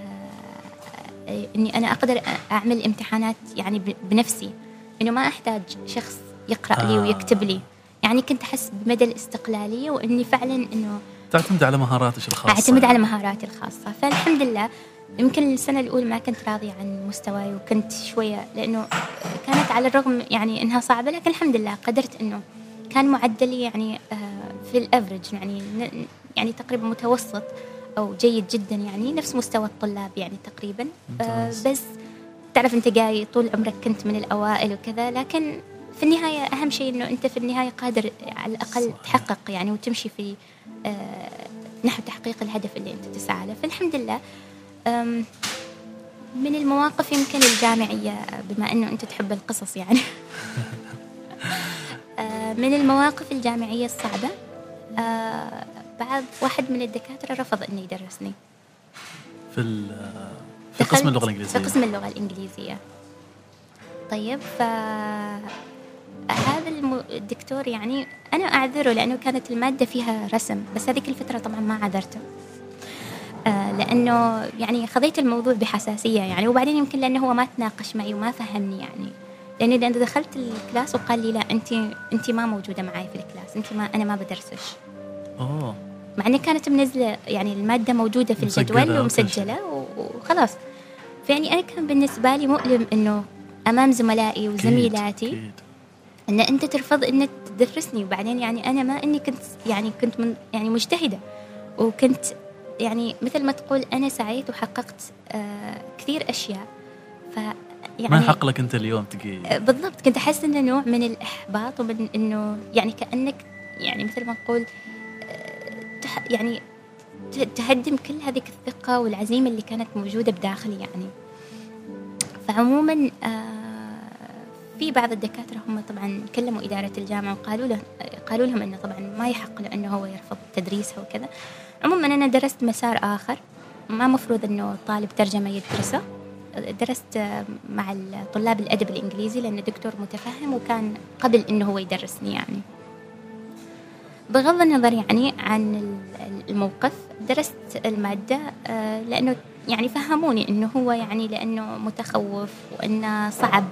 آه آه إني أنا أقدر أعمل امتحانات يعني بنفسي، إنه ما أحتاج شخص يقرأ آه. لي ويكتب لي. يعني كنت أحس بمدى الاستقلالية، وإني فعلا إنه تعتمد على مهاراتك الخاصة. أعتمد على مهاراتي الخاصة. فالحمد لله يمكن السنة الأولى ما كنت راضية عن مستواي، وكنت شوية لأنه كانت على الرغم يعني إنها صعبة، لكن الحمد لله قدرت إنه كان معدلي يعني في الأفريج يعني يعني تقريبا متوسط أو جيد جدا، يعني نفس مستوى الطلاب يعني تقريبا. بس تعرف أنت جاي طول عمرك كنت من الأوائل وكذا، لكن في النهاية أهم شيء إنه أنت في النهاية قادر على الأقل صحيح. تحقق يعني وتمشي في نحو تحقيق الهدف اللي أنت تسعى له. فالحمد لله. من المواقف يمكن الجامعية، بما أنه أنت تحب القصص يعني من المواقف الجامعية الصعبة، بعض واحد من الدكاترة رفض أن يدرسني. في في قسم اللغة الإنجليزية. في قسم اللغة الإنجليزية. طيب فهذا الدكتور يعني أنا أعذره لأنه كانت المادة فيها رسم، بس هذيك الفترة طبعا ما عذرته آه لأنه يعني خذيت الموضوع بحساسية يعني، وبعدين يمكن لأنه هو ما تناقش معي وما فهمني يعني، لأنه لأنه دخلت الكلاس وقال لي لا أنت أنت ما موجودة معي في الكلاس، أنت ما أنا ما بدرسش. أوه. مع أني كانت منزلة يعني المادة موجودة في الجدول ومسجلة وخلاص. فيعني أنا كان بالنسبة لي مؤلم إنه أمام زملائي وزميلاتي كيد. كيد. إن أنت ترفض إنك تدرسني، وبعدين يعني أنا ما إني كنت يعني كنت من يعني مجتهدة، وكنت يعني مثل ما تقول أنا سعيت وحققت آه كثير أشياء. ف يعني ما حق لك أنت اليوم تجي بالضبط. كنت أحس إنه نوع من الإحباط ومن إنه يعني كأنك يعني مثل ما نقول يعني تهدم كل هذه الثقة والعزيمة اللي كانت موجودة بداخلي يعني. فعموما في بعض الدكاترة هم طبعا كلموا إدارة الجامعة وقالوا له قالوا لهم إنه طبعا ما يحق له إنه هو يرفض تدريسها وكذا. عموما أنا درست مسار آخر ما مفروض إنه طالب ترجمة يدرسه. درست مع طلاب الأدب الإنجليزي لأن الدكتور متفهم وكان قبل إنه هو يدرسني يعني. بغض النظر يعني عن الموقف درست المادة لأنه يعني فهموني إنه هو يعني لأنه متخوف وإنه صعب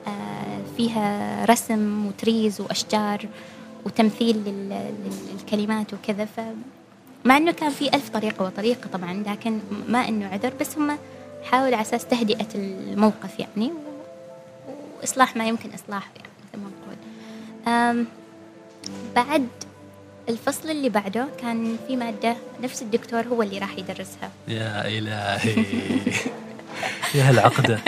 فيها رسم وتريز وأشجار وتمثيل للكلمات وكذا. فمع إنه كان في ألف طريقة وطريقة طبعا، لكن ما إنه عذر، بس هم حاولوا على أساس تهدئة الموقف يعني وإصلاح ما يمكن إصلاحه يعني مثل ما نقول. بعد الفصل اللي بعده كان في مادة نفس الدكتور هو اللي راح يدرسها. يا إلهي يا هالعقدة.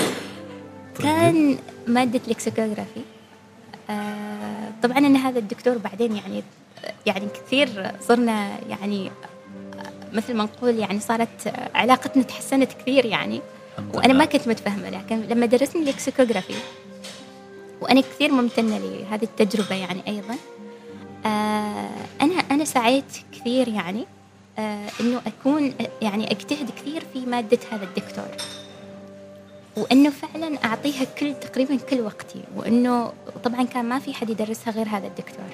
كان مادة لكسيكوغرافي. آه طبعا إن هذا الدكتور بعدين يعني يعني كثير صرنا يعني مثل ما نقول يعني صارت علاقتنا تحسنت كثير يعني، وأنا ما كنت متفهمة، لكن لما درسني لكسيكوغرافي وأنا كثير ممتنة لهذه التجربة يعني أيضا. آه أنا أنا سعيت كثير يعني آه إنه أكون يعني أجتهد كثير في مادة هذا الدكتور، وإنه فعلا أعطيها كل تقريبا كل وقتي، وإنه طبعا كان ما في حد يدرسها غير هذا الدكتور.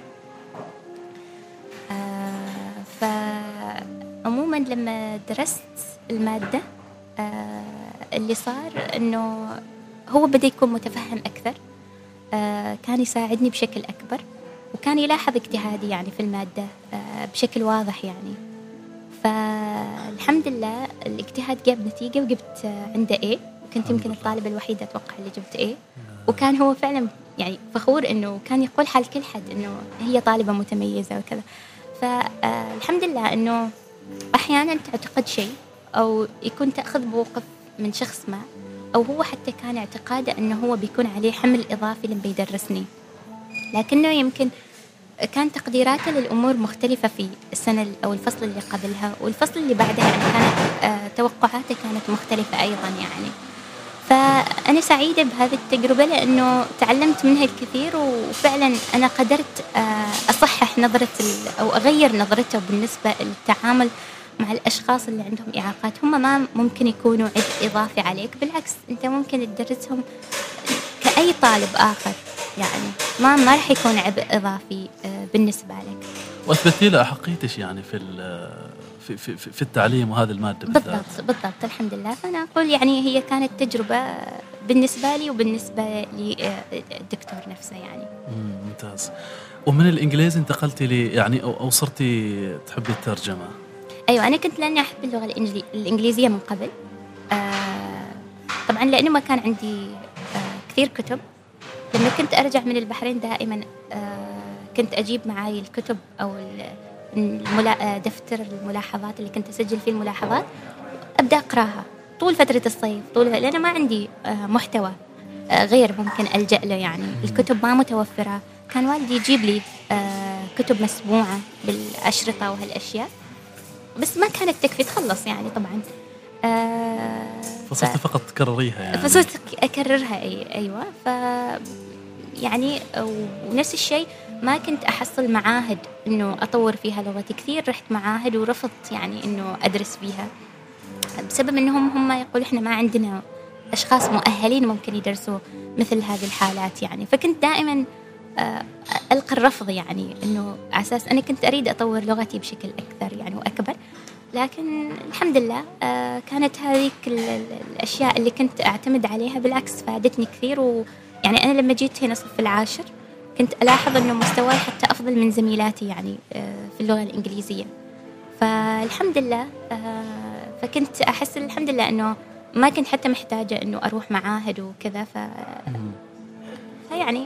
آه فعموما لما درست المادة آه اللي صار إنه هو بدأ يكون متفهم أكثر، آه كان يساعدني بشكل أكبر، وكان يلاحظ اجتهادي يعني في المادة بشكل واضح يعني. فالحمد لله الاجتهاد جاب نتيجة وجبت عنده A، وكنت يمكن الطالبة الوحيدة أتوقع اللي جبت A، وكان هو فعلا يعني فخور إنه كان يقول حال كل حد إنه هي طالبة متميزة وكذا. فالحمد لله إنه أحيانا تعتقد شيء أو يكون تأخذ موقف من شخص ما، أو هو حتى كان اعتقاده إنه هو بيكون عليه حمل إضافي لما بيدرسني، لكنه يمكن كان تقديراته للأمور مختلفة في السنة أو الفصل اللي قبلها والفصل اللي بعدها يعني كانت آه توقعاته كانت مختلفة أيضا يعني. فأنا سعيدة بهذه التجربة لأنه تعلمت منها الكثير، وفعلا أنا قدرت آه أصحح نظرة أو أغير نظرته بالنسبة للتعامل مع الأشخاص اللي عندهم إعاقات. هم ما ممكن يكونوا عبء إضافي عليك، بالعكس أنت ممكن تدرسهم كأي طالب آخر يعني، ما ما راح يكون عبء إضافي بالنسبة لك. وأثبتي له أحقيتش يعني في في في في التعليم وهذه المادة بالذات. بالضبط بالضبط الحمد لله. فأنا أقول يعني هي كانت تجربة بالنسبة لي وبالنسبة للدكتور نفسه يعني. ممتاز. ومن الإنجليزي انتقلتي لي يعني أو صرتي تحبي الترجمة؟ أيوة أنا كنت لأني أحب اللغة الإنجليزية من قبل. آه طبعا لأنه ما كان عندي آه كثير كتب. لما كنت أرجع من البحرين دائما آه كنت أجيب معي الكتب أو الملا... دفتر الملاحظات اللي كنت أسجل فيه الملاحظات، أبدأ أقرأها طول فترة الصيف طول، لأن ما عندي آه محتوى آه غير ممكن ألجأ له يعني. الكتب ما متوفرة، كان والدي يجيب لي آه كتب مسموعة بالأشرطة وهالأشياء، بس ما كانت تكفي تخلص يعني طبعا. آه فصرت ف... فقط تكرريها يعني. فصرت أكررها أي أيوة. ف يعني ونفس الشيء ما كنت أحصل معاهد إنه أطور فيها لغتي كثير، رحت معاهد ورفضت يعني إنه أدرس فيها. بسبب أنهم هم يقول إحنا ما عندنا أشخاص مؤهلين ممكن يدرسوا مثل هذه الحالات يعني. فكنت دائما ألقى الرفض يعني، أنه على أساس أنا كنت أريد أطور لغتي بشكل أكثر يعني وأكبر، لكن الحمد لله كانت هذه الأشياء اللي كنت أعتمد عليها بالعكس فادتني كثير. ويعني أنا لما جيت هنا صف العاشر كنت ألاحظ أنه مستواي حتى أفضل من زميلاتي يعني في اللغة الإنجليزية، فالحمد لله. فكنت أحس الحمد لله أنه ما كنت حتى محتاجة أنه أروح معاهد وكذا. ف... فيعني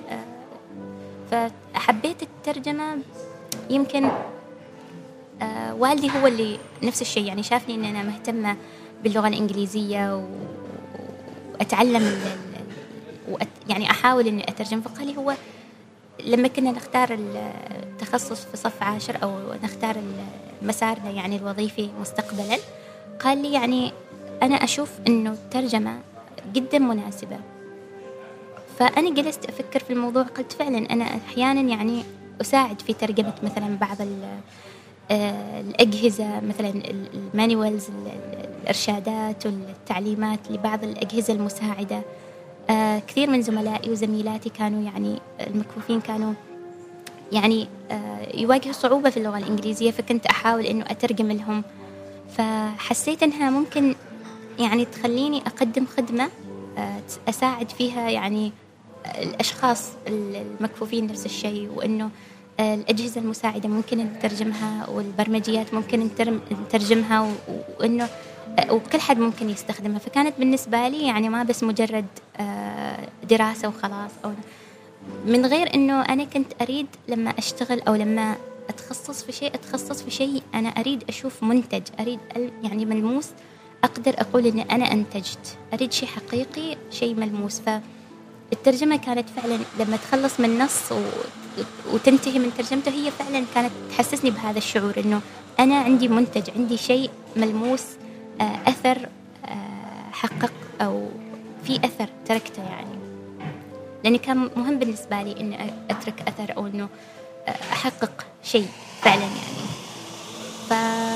فحبيت الترجمة. يمكن والدي هو اللي نفس الشيء يعني، شافني أن أنا مهتمة باللغة الإنجليزية وأتعلم ال... وأت... يعني أحاول أني أترجم. فقال لي هو لما كنا نختار التخصص في صف عاشر أو نختار مسارنا يعني الوظيفي مستقبلا، قال لي يعني أنا أشوف أنه الترجمة جدا مناسبة. فأنا جلست أفكر في الموضوع، قلت فعلا أنا أحيانا يعني أساعد في ترجمة مثلا بعض الأجهزة، مثلا المانيوالز، الإرشادات والتعليمات لبعض الأجهزة المساعدة. كثير من زملائي وزميلاتي كانوا يعني المكفوفين كانوا يعني يواجهوا صعوبة في اللغة الإنجليزية، فكنت أحاول أنه أترجم لهم. فحسيت أنها ممكن يعني تخليني أقدم خدمة أساعد فيها يعني الأشخاص المكفوفين نفس الشيء، وأنه الأجهزة المساعدة ممكن نترجمها والبرمجيات ممكن نترجمها، وأنه وكل حد ممكن يستخدمها. فكانت بالنسبة لي يعني ما بس مجرد دراسة وخلاص، أو من غير أنه أنا كنت أريد لما أشتغل أو لما أتخصص في شيء أتخصص في شيء أنا أريد أشوف منتج، أريد يعني ملموس، أقدر أقول إن أنا أنتجت، أريد شيء حقيقي، شيء ملموس. فالترجمة كانت فعلا لما تخلص من نص وتنتهي من ترجمته، هي فعلا كانت تحسسني بهذا الشعور إنه أنا عندي منتج، عندي شيء ملموس، أثر حقق أو في أثر تركته يعني. لأن كان مهم بالنسبة لي إن أترك أثر أو إنه أحقق شيء فعلا يعني. ف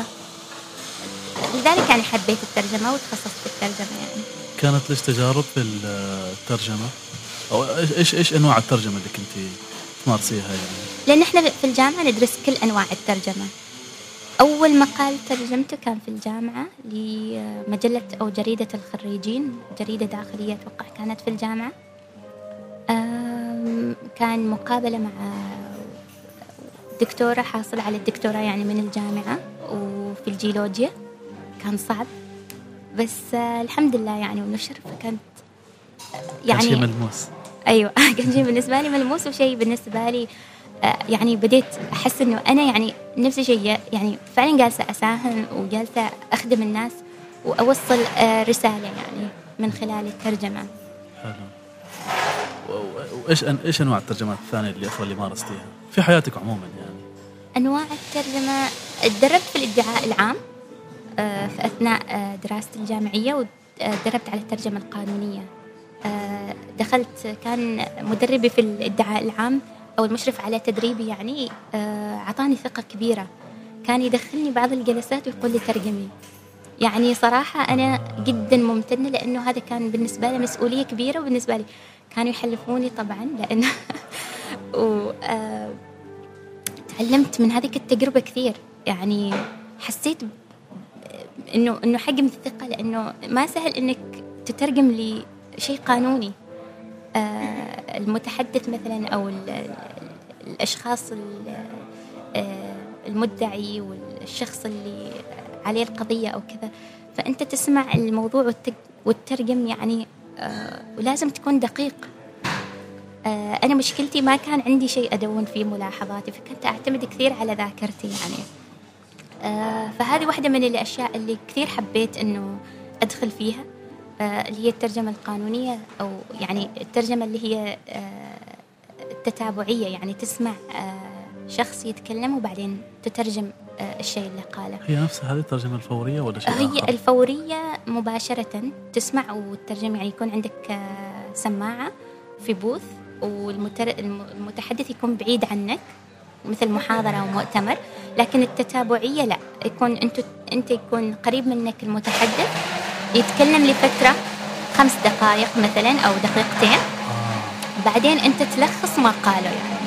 لذلك يعني حبيت الترجمة وتخصصت في الترجمة يعني. كانت ليش تجارب في الترجمة؟ أو إيش إيش أنواع الترجمة اللي كنتي تمارسيها يعني؟ لأن إحنا في الجامعة ندرس كل أنواع الترجمة. أول مقال ترجمته كان في الجامعة لمجلة أو جريدة الخريجين، جريدة داخلية أتوقع كانت في الجامعة. كان مقابلة مع دكتورة حاصلة على الدكتوراه يعني من الجامعة وفي الجيولوجيا. كان صعب بس الحمد لله يعني ونشر، فكانت يعني شيء ملموس. أيوة كان شيء بالنسبة لي ملموس، وشيء بالنسبة لي يعني بديت أحس إنه أنا يعني نفس الشيء يعني فعلا جالسة أساهم وجالسة أخدم الناس وأوصل رسالة يعني من خلال الترجمة. حلو. وإيش إيش أنواع الترجمات الثانية اللي أخرى اللي مارستيها في حياتك عموما يعني؟ أنواع الترجمة تدربت في الإدعاء العام في أثناء دراستي الجامعية، ودربت على الترجمة القانونية. دخلت كان مدربي في الإدعاء العام أو المشرف على تدريبي يعني عطاني ثقة كبيرة، كان يدخلني بعض الجلسات ويقول لي ترجمي. يعني صراحة أنا جدا ممتنة، لأنه هذا كان بالنسبة لي مسؤولية كبيرة، وبالنسبة لي كانوا يحلفوني طبعا، لأنه و تعلمت من هذه التجربة كثير يعني. حسيت إنه إنه حجم الثقة، لأنه ما سهل إنك تترجم لشيء قانوني. آه المتحدث مثلا أو الأشخاص المدعي والشخص اللي عليه القضية أو كذا، فأنت تسمع الموضوع والترجم يعني، آه ولازم تكون دقيق. آه أنا مشكلتي ما كان عندي شيء أدون فيه ملاحظاتي، فكنت أعتمد كثير على ذاكرتي يعني. آه فهذه واحدة من الأشياء اللي كثير حبيت أنه أدخل فيها، آه اللي هي الترجمة القانونية، أو يعني الترجمة اللي هي آه التتابعية، يعني تسمع آه شخص يتكلم وبعدين تترجم آه الشيء اللي قاله. هي نفسها هذه الترجمة الفورية ولا شيء هي آخر؟ هي الفورية مباشرة تسمع وتترجم، يعني يكون عندك آه سماعة في بوث، والمتحدث يكون بعيد عنك، مثل محاضرة أو مؤتمر، لكن التتابعية لا، يكون أنت أنت يكون قريب منك المتحدث، يتكلم لفترة خمس دقائق مثلا أو دقيقتين، بعدين أنت تلخص ما قاله يعني.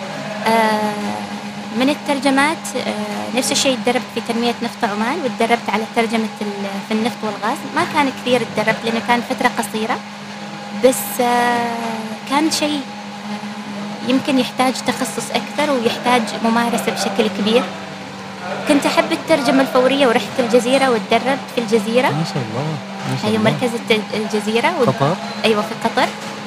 آه من الترجمات آه نفس الشيء، تدربت في تنمية نفط عمان، وتدربت على ترجمة في النفط والغاز. ما كان كثير تدربت لأنه كان فترة قصيرة، بس آه كان شيء آه يمكن يحتاج تخصص أكثر ويحتاج ممارسة بشكل كبير. كنت أحب الترجمة الفورية، ورحت الجزيرة وتدربت في الجزيرة. ما شاء الله. ما شاء أيوة، الله. مركز الجزيرة. قطر. أيوة في قطر.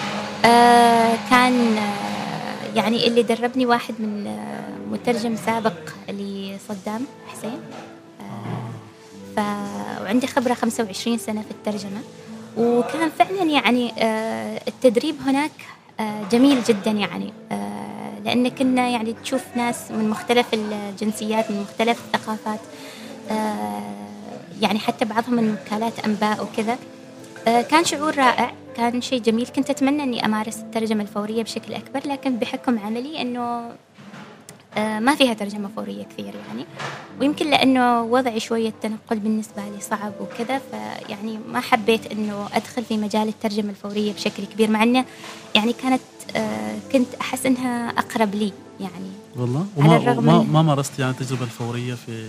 آه كان آه يعني اللي دربني واحد من آه مترجم سابق لصدام حسين. آه ف وعندي خبرة خمسة وعشرين سنة في الترجمة، وكان فعلا يعني آه التدريب هناك آه جميل جدا يعني، آه لأن كنا يعني تشوف ناس من مختلف الجنسيات، من مختلف الثقافات، آه يعني حتى بعضهم من وكالات أنباء وكذا. آه كان شعور رائع، كان شيء جميل. كنت أتمنى أني أمارس الترجمة الفورية بشكل أكبر، لكن بحكم عملي أنه آه ما فيها ترجمة فورية كثير يعني، ويمكن لأنه وضعي شوية التنقل بالنسبة لي صعب وكذا، فيعني ما حبيت أنه أدخل في مجال الترجمة الفورية بشكل كبير، مع أنه يعني كانت آه كنت أحس أنها أقرب لي يعني. والله وما ما ما مارست يعني التجربة الفورية في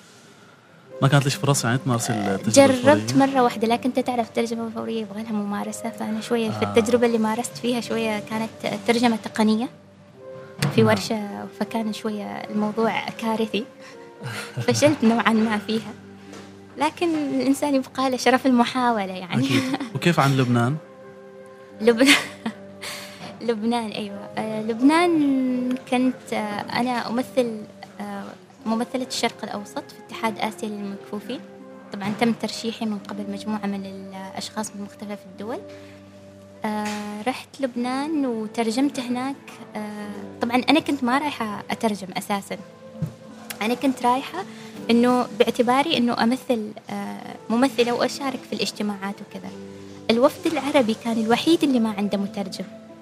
ما كانت ليش فرص يعني تمارس التجربة الفورية؟ جربت مرة واحدة، لكن أنت تعرف الترجمة الفورية يبغى لها ممارسة، فأنا شوية في التجربة اللي مارست فيها شوية كانت ترجمة تقنية في ورشة، فكان شوية الموضوع كارثي. فشلت نوعا ما فيها، لكن الإنسان يبقى له شرف المحاولة يعني. أكيد. وكيف عن لبنان؟ لبنان لبنان أيوة. آه لبنان كنت آه أنا أمثل آه ممثلة الشرق الأوسط في اتحاد آسيا للمكفوفين. طبعا تم ترشيحي من قبل مجموعة من الأشخاص من مختلف الدول. آه رحت لبنان وترجمت هناك. آه طبعا أنا كنت ما رايحة أترجم أساسا، أنا كنت رايحة إنه باعتباري إنه أمثل آه ممثلة وأشارك في الاجتماعات وكذا. الوفد العربي كان الوحيد اللي ما عنده مترجم،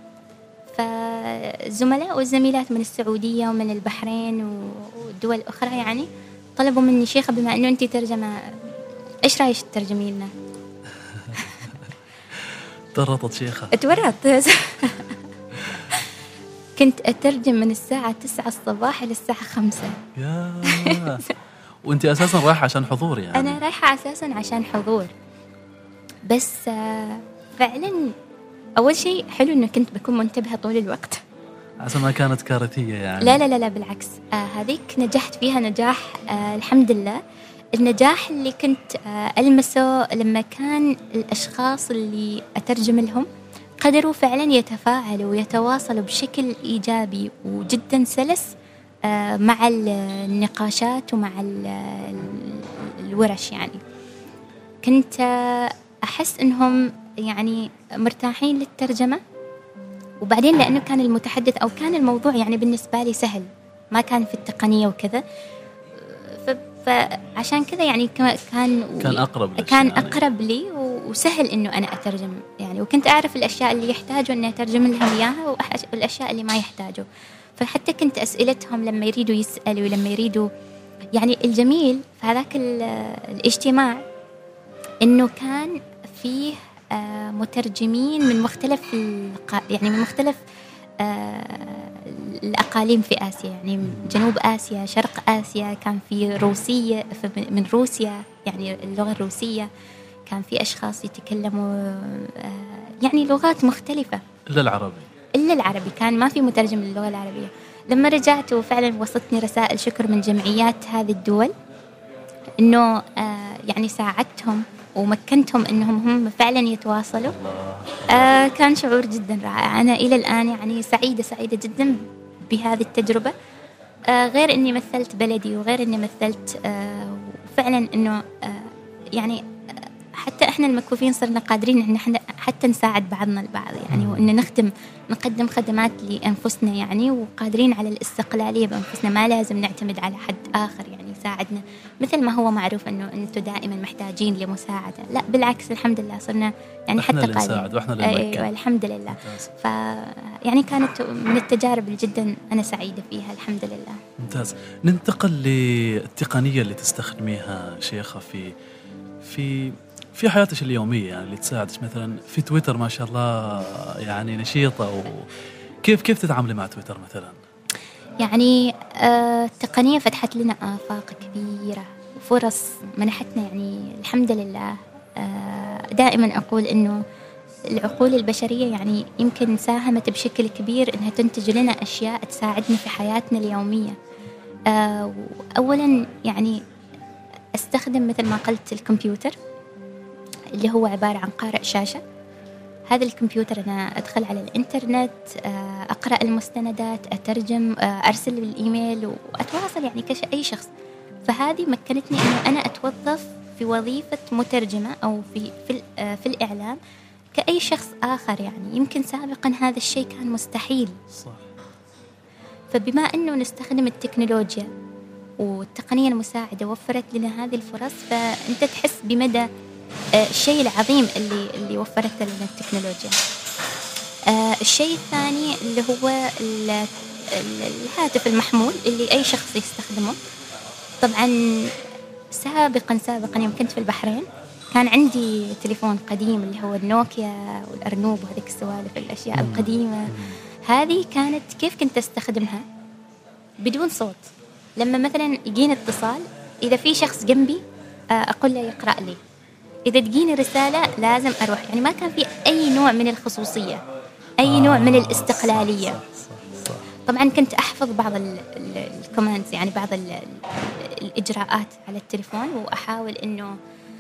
فالزملاء والزميلات من السعودية ومن البحرين ودول أخرى يعني طلبوا مني شيخة بما أنه أنت ترجمة إيش رأيك تترجمي لنا؟ تورطت شيخة. تورطت. كنت أترجم من الساعة تسعة الصباح إلى الساعة خمسة. يا وأنت أساسا رايحة عشان حضور يعني؟ أنا رايحة أساسا عشان حضور، بس فعلا أول شيء حلو إنه كنت بكون منتبهة طول الوقت، عشان ما كانت كارثية يعني. لا لا لا, لا بالعكس. آه هذيك نجحت فيها نجاح آه الحمد لله. النجاح اللي كنت آه ألمسه لما كان الأشخاص اللي أترجم لهم قدروا فعلا يتفاعلوا ويتواصلوا بشكل إيجابي وجدا سلس آه مع النقاشات ومع الورش يعني. كنت آه أحس إنهم يعني مرتاحين للترجمة، وبعدين لأنه كان المتحدث أو كان الموضوع يعني بالنسبة لي سهل، ما كان في التقنية وكذا، فعشان كذا يعني كان كان أقرب كان يعني. أقرب لي وسهل إنه أنا أترجم يعني، وكنت أعرف الأشياء اللي يحتاجوا إني أترجم لهم إياها والأشياء اللي ما يحتاجوا. فحتى كنت أسئلتهم لما يريدوا يسألوا ولما يريدوا يعني. الجميل في هذاك الاجتماع إنه كان فيه آه مترجمين من مختلف يعني من مختلف آه الأقاليم في آسيا، يعني جنوب آسيا، شرق آسيا، كان في روسية من روسيا يعني اللغة الروسية، كان في أشخاص يتكلموا آه يعني لغات مختلفة إلا العربي. إلا العربي كان ما في مترجم للغة العربية. لما رجعت وفعلا وصلتني رسائل شكر من جمعيات هذه الدول إنه آه يعني ساعدتهم ومكنتهم إنهم هم فعلا يتواصلوا. آه كان شعور جدا رائع. أنا إلى الآن يعني سعيدة سعيدة جدا بهذه التجربة. آه غير إني مثلت بلدي وغير إني مثلت آه فعلا إنه آه يعني حتى إحنا المكفوفين صرنا قادرين إن إحنا حتى نساعد بعضنا البعض يعني، وإن نخدم نقدم خدمات لأنفسنا يعني، وقادرين على الاستقلالية بأنفسنا، ما لازم نعتمد على حد آخر يعني يساعدنا، مثل ما هو معروف أنه أنتم دائما محتاجين لمساعدة. لا بالعكس، الحمد لله صرنا يعني حتى قليل نساعد وإحنا اللي نمكن. أيوة الحمد لله. ف يعني كانت من التجارب اللي جدا أنا سعيدة فيها الحمد لله. ممتاز. ننتقل للتقنية اللي تستخدميها شيخة في في في حياتك اليومية، يعني اللي تساعدك مثلا في تويتر ما شاء الله يعني نشيطة، وكيف كيف تتعاملي مع تويتر مثلا؟ يعني آه التقنية فتحت لنا آفاق كبيرة وفرص منحتنا، يعني الحمد لله. آه دائما أقول إنه العقول البشرية يعني يمكن ساهمت بشكل كبير إنها تنتج لنا أشياء تساعدنا في حياتنا اليومية. آه أولا يعني أستخدم مثل ما قلت الكمبيوتر اللي هو عبارة عن قارئ شاشة. هذا الكمبيوتر أنا أدخل على الإنترنت، أقرأ المستندات، أترجم، أرسل بالإيميل وأتواصل يعني كأي شخص. فهذه مكنتني أنه أنا أتوظف في وظيفة مترجمة أو في في, في الإعلام كأي شخص آخر. يعني يمكن سابقا هذا الشيء كان مستحيل. صح. فبما أنه نستخدم التكنولوجيا والتقنية المساعدة وفرت لنا هذه الفرص، فأنت تحس بمدى الشيء العظيم اللي اللي وفرته لنا التكنولوجيا. آه الشيء الثاني اللي هو الهاتف المحمول اللي أي شخص يستخدمه. طبعا سابقا سابقا يوم كنت في البحرين كان عندي تليفون قديم اللي هو النوكيا والأرنوب وهذيك السوالف الأشياء القديمة. هذه كانت كيف كنت أستخدمها بدون صوت. لما مثلا يجيني اتصال، إذا في شخص جنبي أقول له يقرأ لي، إذا تجيني رسالة لازم أروح. يعني ما كان في أي نوع من الخصوصية، أي نوع من الاستقلالية. طبعا كنت أحفظ بعض الكوماندز، يعني بعض الإجراءات على التليفون، وأحاول إنه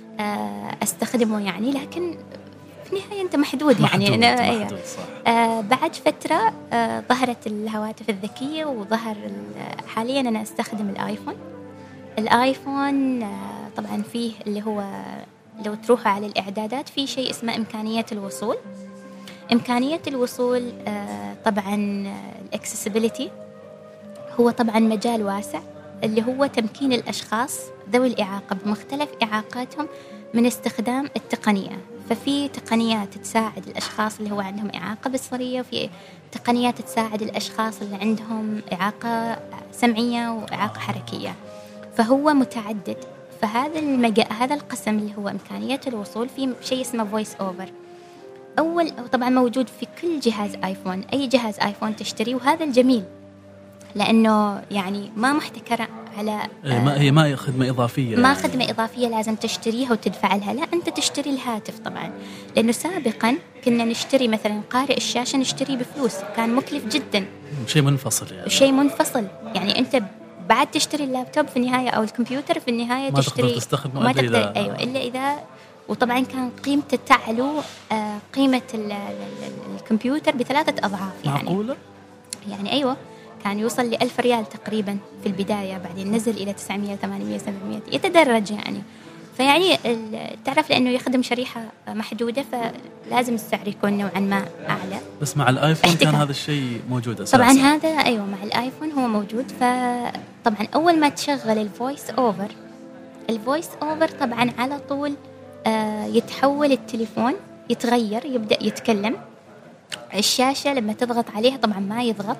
أستخدمه يعني، لكن في النهاية أنت محدود يعني. محدود. أنا محدود. آه بعد فترة آه ظهرت الهواتف الذكية، وظهر حاليا أنا أستخدم الآيفون. الآيفون آه طبعا فيه اللي هو لو تروحوا على الإعدادات في شيء اسمه إمكانية الوصول. إمكانية الوصول آه طبعا الأكسسبيليتي هو طبعا مجال واسع، اللي هو تمكين الأشخاص ذوي الإعاقة بمختلف إعاقاتهم من استخدام التقنية. ففي تقنيات تساعد الأشخاص اللي هو عندهم إعاقة بصرية، وفي تقنيات تساعد الأشخاص اللي عندهم إعاقة سمعية وإعاقة حركية. فهو متعدد. فهذا المجال، هذا القسم اللي هو إمكانية الوصول، في شيء اسمه فويس أوفر. أول طبعا موجود في كل جهاز آيفون، أي جهاز آيفون تشتريه، وهذا الجميل لأنه يعني ما محتكر على ما هي ما خدمة إضافية، ما خدمة إضافية لازم تشتريها وتدفع لها. لا، أنت تشتري الهاتف طبعا، لأنه سابقا كنا نشتري مثلا قارئ الشاشة نشتري بفلوس، كان مكلف جدا، شيء منفصل يعني. شيء منفصل يعني أنت بعد تشتري اللابتوب في النهاية أو الكمبيوتر في النهاية ما تشتري تقدر تستخدمه ما إلا تقدر إذا أيوة إلا إذا. وطبعا كان قيمته تعلو آه قيمة ال ال ال الكمبيوتر بثلاثة أضعاف يعني. معقولة؟ يعني أيوة، كان يوصل لألف ريال تقريبا في البداية، بعدين نزل إلى تسعمية ثمانمية سبعمية، يتدرج يعني. فيعني تعرف لأنه يخدم شريحة محدودة فلازم السعر يكون نوعا ما أعلى. بس مع الآيفون احتكار. كان هذا الشيء موجود أساسا. طبعا هذا أيوة مع الآيفون هو موجود. فطبعا أول ما تشغل الفويس أوفر، الفويس أوفر طبعا على طول آه يتحول التليفون، يتغير، يبدأ يتكلم. الشاشة لما تضغط عليها طبعا ما يضغط،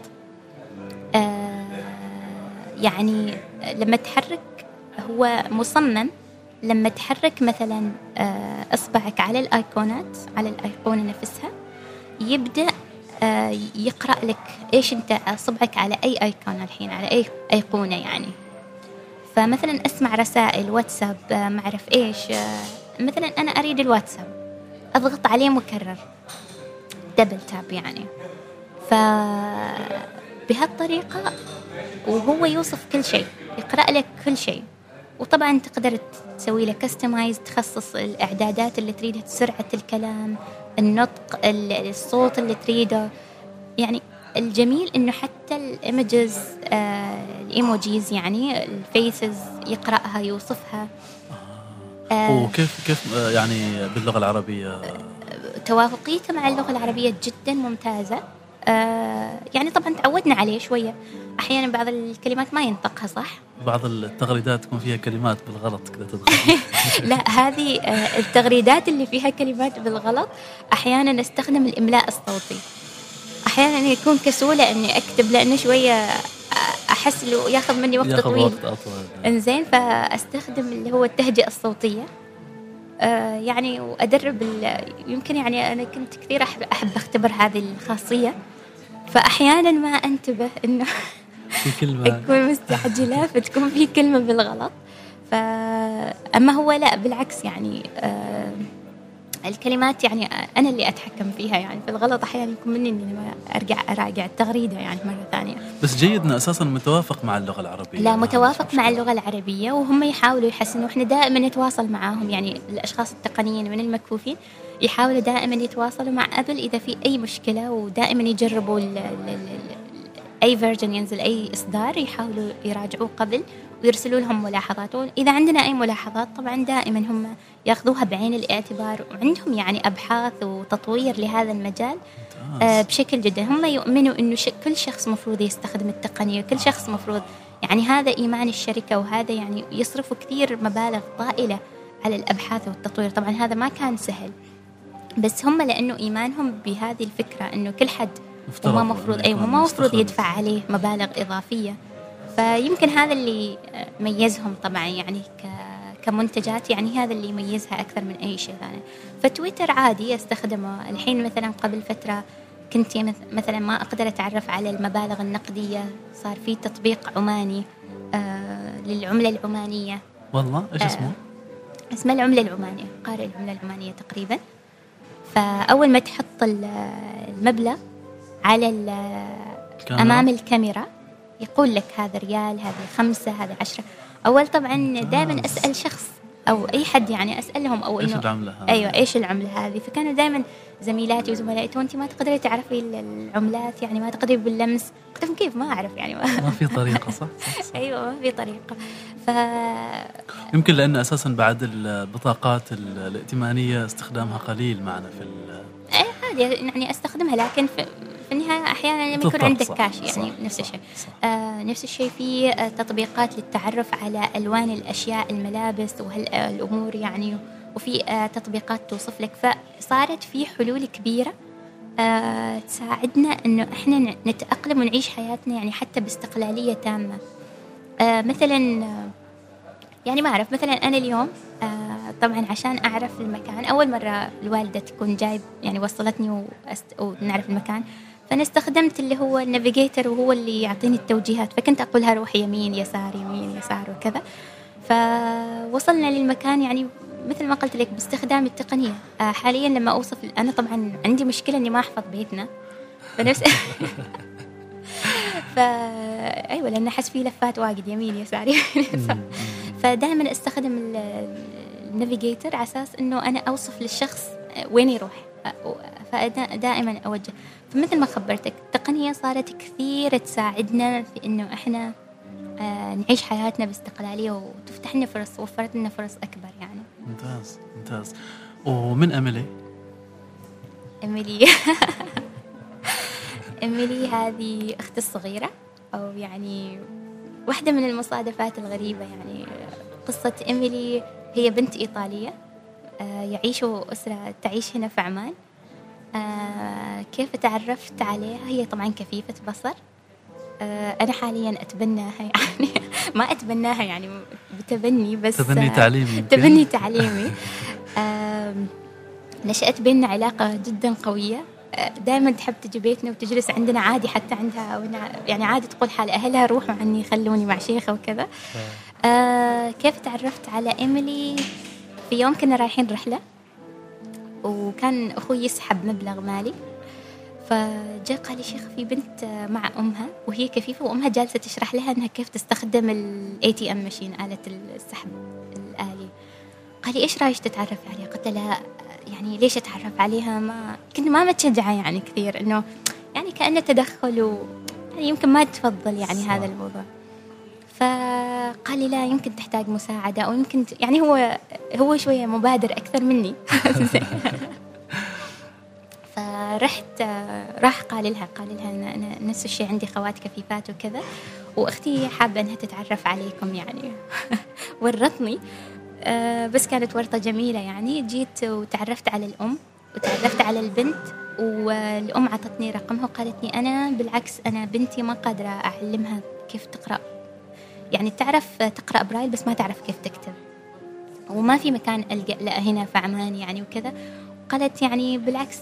آه يعني لما تحرك، هو مصمم لما تحرك مثلا آه أصبعك على الآيقونات، على الأيقونة نفسها، يبدأ آه يقرأ لك إيش أنت أصبعك على أي أيقونة الحين، على أي أيقونة يعني. فمثلا أسمع رسائل واتساب آه معرف إيش، آه مثلا أنا أريد الواتساب، أضغط عليه مكرر، دبل تاب يعني. فبهالطريقة وهو يوصف كل شيء، يقرأ لك كل شيء. وطبعا تقدر تسوي له كستمايز، تخصص الإعدادات اللي تريدها، سرعة الكلام، النطق، الصوت اللي تريده يعني. الجميل إنه حتى الإيمجز آه الإيموجيز يعني الفيسز يقرأها يوصفها. آه وكيف كيف يعني باللغة العربية؟ توافقيته مع اللغة العربية جدا ممتازة. آه يعني طبعا تعودنا عليه شوية. أحيانا بعض الكلمات ما ينطقها صح، بعض التغريدات تكون فيها كلمات بالغلط كذا تدخل. لا هذه آه التغريدات اللي فيها كلمات بالغلط أحيانا نستخدم الإملاء الصوتي. أحيانا يكون كسولة إني أكتب لأنه شوية أحس له ياخذ مني وقت طويل، إنزين فأستخدم اللي هو التهجئة الصوتية. آه يعني وأدرب يمكن يعني أنا كنت كثير أحب, أحب أختبر هذه الخاصية، فأحيانا ما أنتبه إنه في كلمة أكون مستعجلة فتكون في كلمة بالغلط. فأما هو لا بالعكس يعني آه الكلمات يعني أنا اللي أتحكم فيها، يعني في الغلط أحيانا يكون مني إني ما أرجع أراجع التغريدة يعني مرة ثانية. بس جيدنا أساسا متوافق مع اللغة العربية. لا متوافق مع اللغة العربية، وهم يحاولوا يحسنوا. إحنا دائما نتواصل معاهم، يعني الأشخاص التقنيين من المكفوفين يحاولوا دائما يتواصلوا مع أبل إذا في أي مشكلة، ودائما يجربوا ال ال ال أي فيرجن ينزل أي إصدار يحاولوا يراجعوه قبل ويرسلوا لهم ملاحظات. وإذا عندنا أي ملاحظات طبعا دائما هم يأخذوها بعين الاعتبار، وعندهم يعني أبحاث وتطوير لهذا المجال آه بشكل جدا. هم يؤمنوا إنه ش- كل شخص مفروض يستخدم التقنية، كل شخص مفروض يعني هذا إيمان الشركة، وهذا يعني يصرفوا كثير مبالغ طائلة على الأبحاث والتطوير. طبعا هذا ما كان سهل، بس هم لأنه إيمانهم بهذه الفكرة إنه كل حد وما مفروض أيوة ما مفروض يدفع عليه مبالغ إضافية. فيمكن هذا اللي ميزهم طبعا يعني كمنتجات، يعني هذا اللي يميزها أكثر من أي شيء ثاني. فتويتر عادي أستخدمه الحين. مثلا قبل فترة كنت مثلا ما أقدر أتعرف على المبالغ النقدية، صار في تطبيق عماني آه للعملة العمانية. والله إيش اسمه؟ آه اسمه العملة العمانية، قارئ العملة العمانية تقريبا. فأول ما تحط المبلغ على أمام الكاميرا يقول لك هذا ريال، هذا خمسة، هذا عشرة. أول طبعا دائما أسأل شخص أو أي حد يعني أسألهم أو إيش إنه العملة هذه؟ أيوة إيش العملة هذه. فكانوا دائما زميلاتي وزملائي وأنت ما تقدري تعرفي العملات، يعني ما تقدري باللمس. قلت لهم كيف ما أعرف يعني ما في طريقة صح, صح, صح. أيوة ما في طريقة. ف يمكن لأن أساسا بعد البطاقات الائتمانية استخدامها قليل معنا في أي عادي يعني أستخدمها، لكن في في النهاية أحيانا لما يكون عندك كاش يعني صح نفس الشيء. آه نفس الشيء في آه تطبيقات للتعرف على ألوان الأشياء، الملابس وهالأمور يعني. وفي آه تطبيقات توصف لك. فصارت في حلول كبيرة آه تساعدنا إنه إحنا نتأقلم ونعيش حياتنا يعني حتى باستقلالية تامة. آه مثلا آه يعني ما أعرف مثلا أنا اليوم آه طبعا عشان أعرف المكان، أول مرة الوالدة تكون جايب يعني وصلتني وأست... ونعرف المكان، فأنا استخدمت اللي هو النافيجيتر وهو اللي يعطيني التوجيهات. فكنت أقولها روح يمين يسار يمين يسار وكذا. فوصلنا للمكان يعني مثل ما قلت لك باستخدام التقنية. آه حاليا لما أوصف أنا طبعا عندي مشكلة إني ما أحفظ بيتنا فنفس فا أيوة لأن أحس فيه لفات واجد يمين يسار يسار. فدائما استخدم النافيجيتر على أساس إنه أنا أوصف للشخص وين يروح، فدائما أوجه. فمثل ما خبرتك التقنية صارت كثير تساعدنا في إنه إحنا نعيش حياتنا باستقلالية وتفتح لنا فرص، وفرت لنا فرص أكبر يعني. ممتاز ممتاز. ومن أميلي؟ أميلي أميلي هذه أختي الصغيرة، أو يعني واحدة من المصادفات الغريبة. يعني قصة إميلي هي بنت إيطالية يعيشوا أسرة تعيش هنا في عمان. كيف تعرفت عليها؟ هي طبعا كفيفة بصر. أنا حاليا أتبناها يعني ما أتبناها يعني بتبني بس تبني تعليمي تبني تعليمي. نشأت بيننا علاقة جدا قوية. دائما تحب تجي بيتنا وتجلس عندنا عادي، حتى عندها يعني عادي تقول حال أهلها روحوا عني خلوني مع شيخة وكذا. آه كيف تعرفت على إيميلي؟ في يوم كنا رايحين رحلة وكان أخوي يسحب مبلغ مالي، فجاء قال لي شيخ في بنت مع أمها وهي كفيفة وأمها جالسة تشرح لها أنها كيف تستخدم ال إيه تي إم ماشين، آلة السحب الآلي. قال لي إيش رأيك تتعرف عليها؟ قلت لا يعني ليش أتعرف عليها؟ ما كنت ما متشجعة يعني كثير إنه يعني كأنه تدخل و يعني يمكن ما تفضل يعني صح. هذا الموضوع. فقال لي لا يمكن تحتاج مساعدة أو يمكن ت... يعني هو هو شوية مبادر أكثر مني. فرحت راح قال لها قال لها أنا, أنا نفس الشيء عندي خوات كفيفات وكذا، وأختي حابة أنها تتعرف عليكم يعني. ورطني بس كانت ورطة جميلة يعني. جيت وتعرفت على الأم وتعرفت على البنت، والأم عطتني رقمها وقالت لي أنا بالعكس أنا بنتي ما قادرة أعلمها كيف تقرأ، يعني تعرف تقرأ برايل بس ما تعرف كيف تكتب، وما في مكان ألجأ لها هنا في عمان يعني وكذا. قالت يعني بالعكس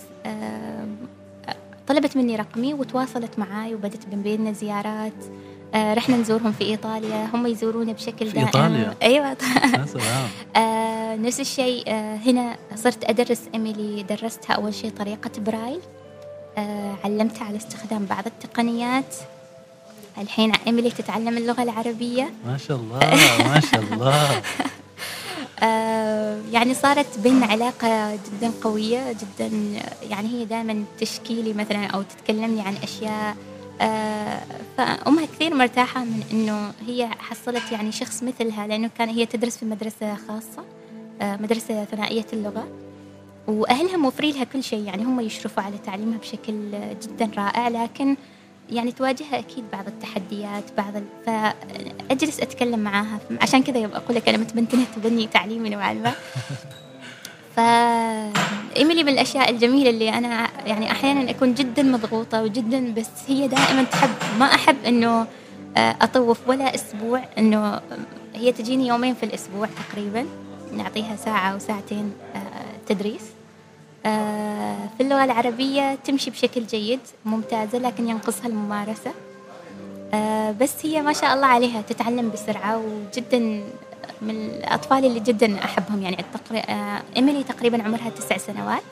طلبت مني رقمي وتواصلت معاي وبدت بيننا زيارات. آه رحنا نزورهم في إيطاليا، هم يزورونا بشكل دائم. إيطاليا؟ أيوة. آه نفس الشيء. آه هنا صرت أدرس إيميلي، درستها أول شيء طريقة برايل، آه علمتها على استخدام بعض التقنيات. الحين إيميلي تتعلم اللغة العربية. ما شاء الله ما شاء الله. آه يعني صارت بيننا علاقة جدا قوية جدا، يعني هي دائما تشكيلي مثلا أو تتكلمني عن أشياء. آه فأمها كثير مرتاحة من إنه هي حصلت يعني شخص مثلها، لأنه كان هي تدرس في مدرسة خاصة، آه مدرسة ثنائية اللغة، وأهلها موفرين لها كل شيء، يعني هم يشرفوا على تعليمها بشكل جدا رائع، لكن يعني تواجهها أكيد بعض التحديات بعض ال... فأجلس أتكلم معاها. عشان كذا يبقى أقول لك أنا متبنتني تبني تعليمي نوعا ما. فإيميلي من الأشياء الجميلة اللي أنا يعني أحيانا أكون جدا مضغوطة وجدا، بس هي دائما تحب، ما أحب أنه أطوف ولا أسبوع، أنه هي تجيني يومين في الأسبوع تقريبا، نعطيها ساعة أو ساعتين تدريس. في اللغة العربية تمشي بشكل جيد ممتازة، لكن ينقصها الممارسة. بس هي ما شاء الله عليها تتعلم بسرعة، وجدا من الأطفال اللي جدا أحبهم يعني. إيميلي تقريبا عمرها تسع سنوات،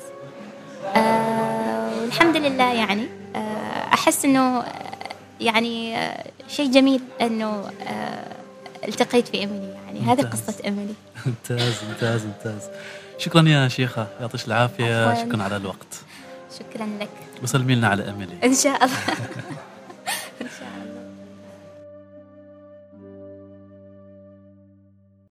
والحمد لله يعني. أحس أنه يعني شيء جميل أنه التقيت في إيميلي، يعني هذه قصة إيميلي. ممتاز ممتاز ممتاز. شكرا يا شيخة، يعطيك العافية. شكرا على الوقت. شكرا لك. وسلمي لنا على إيميلي إن شاء الله.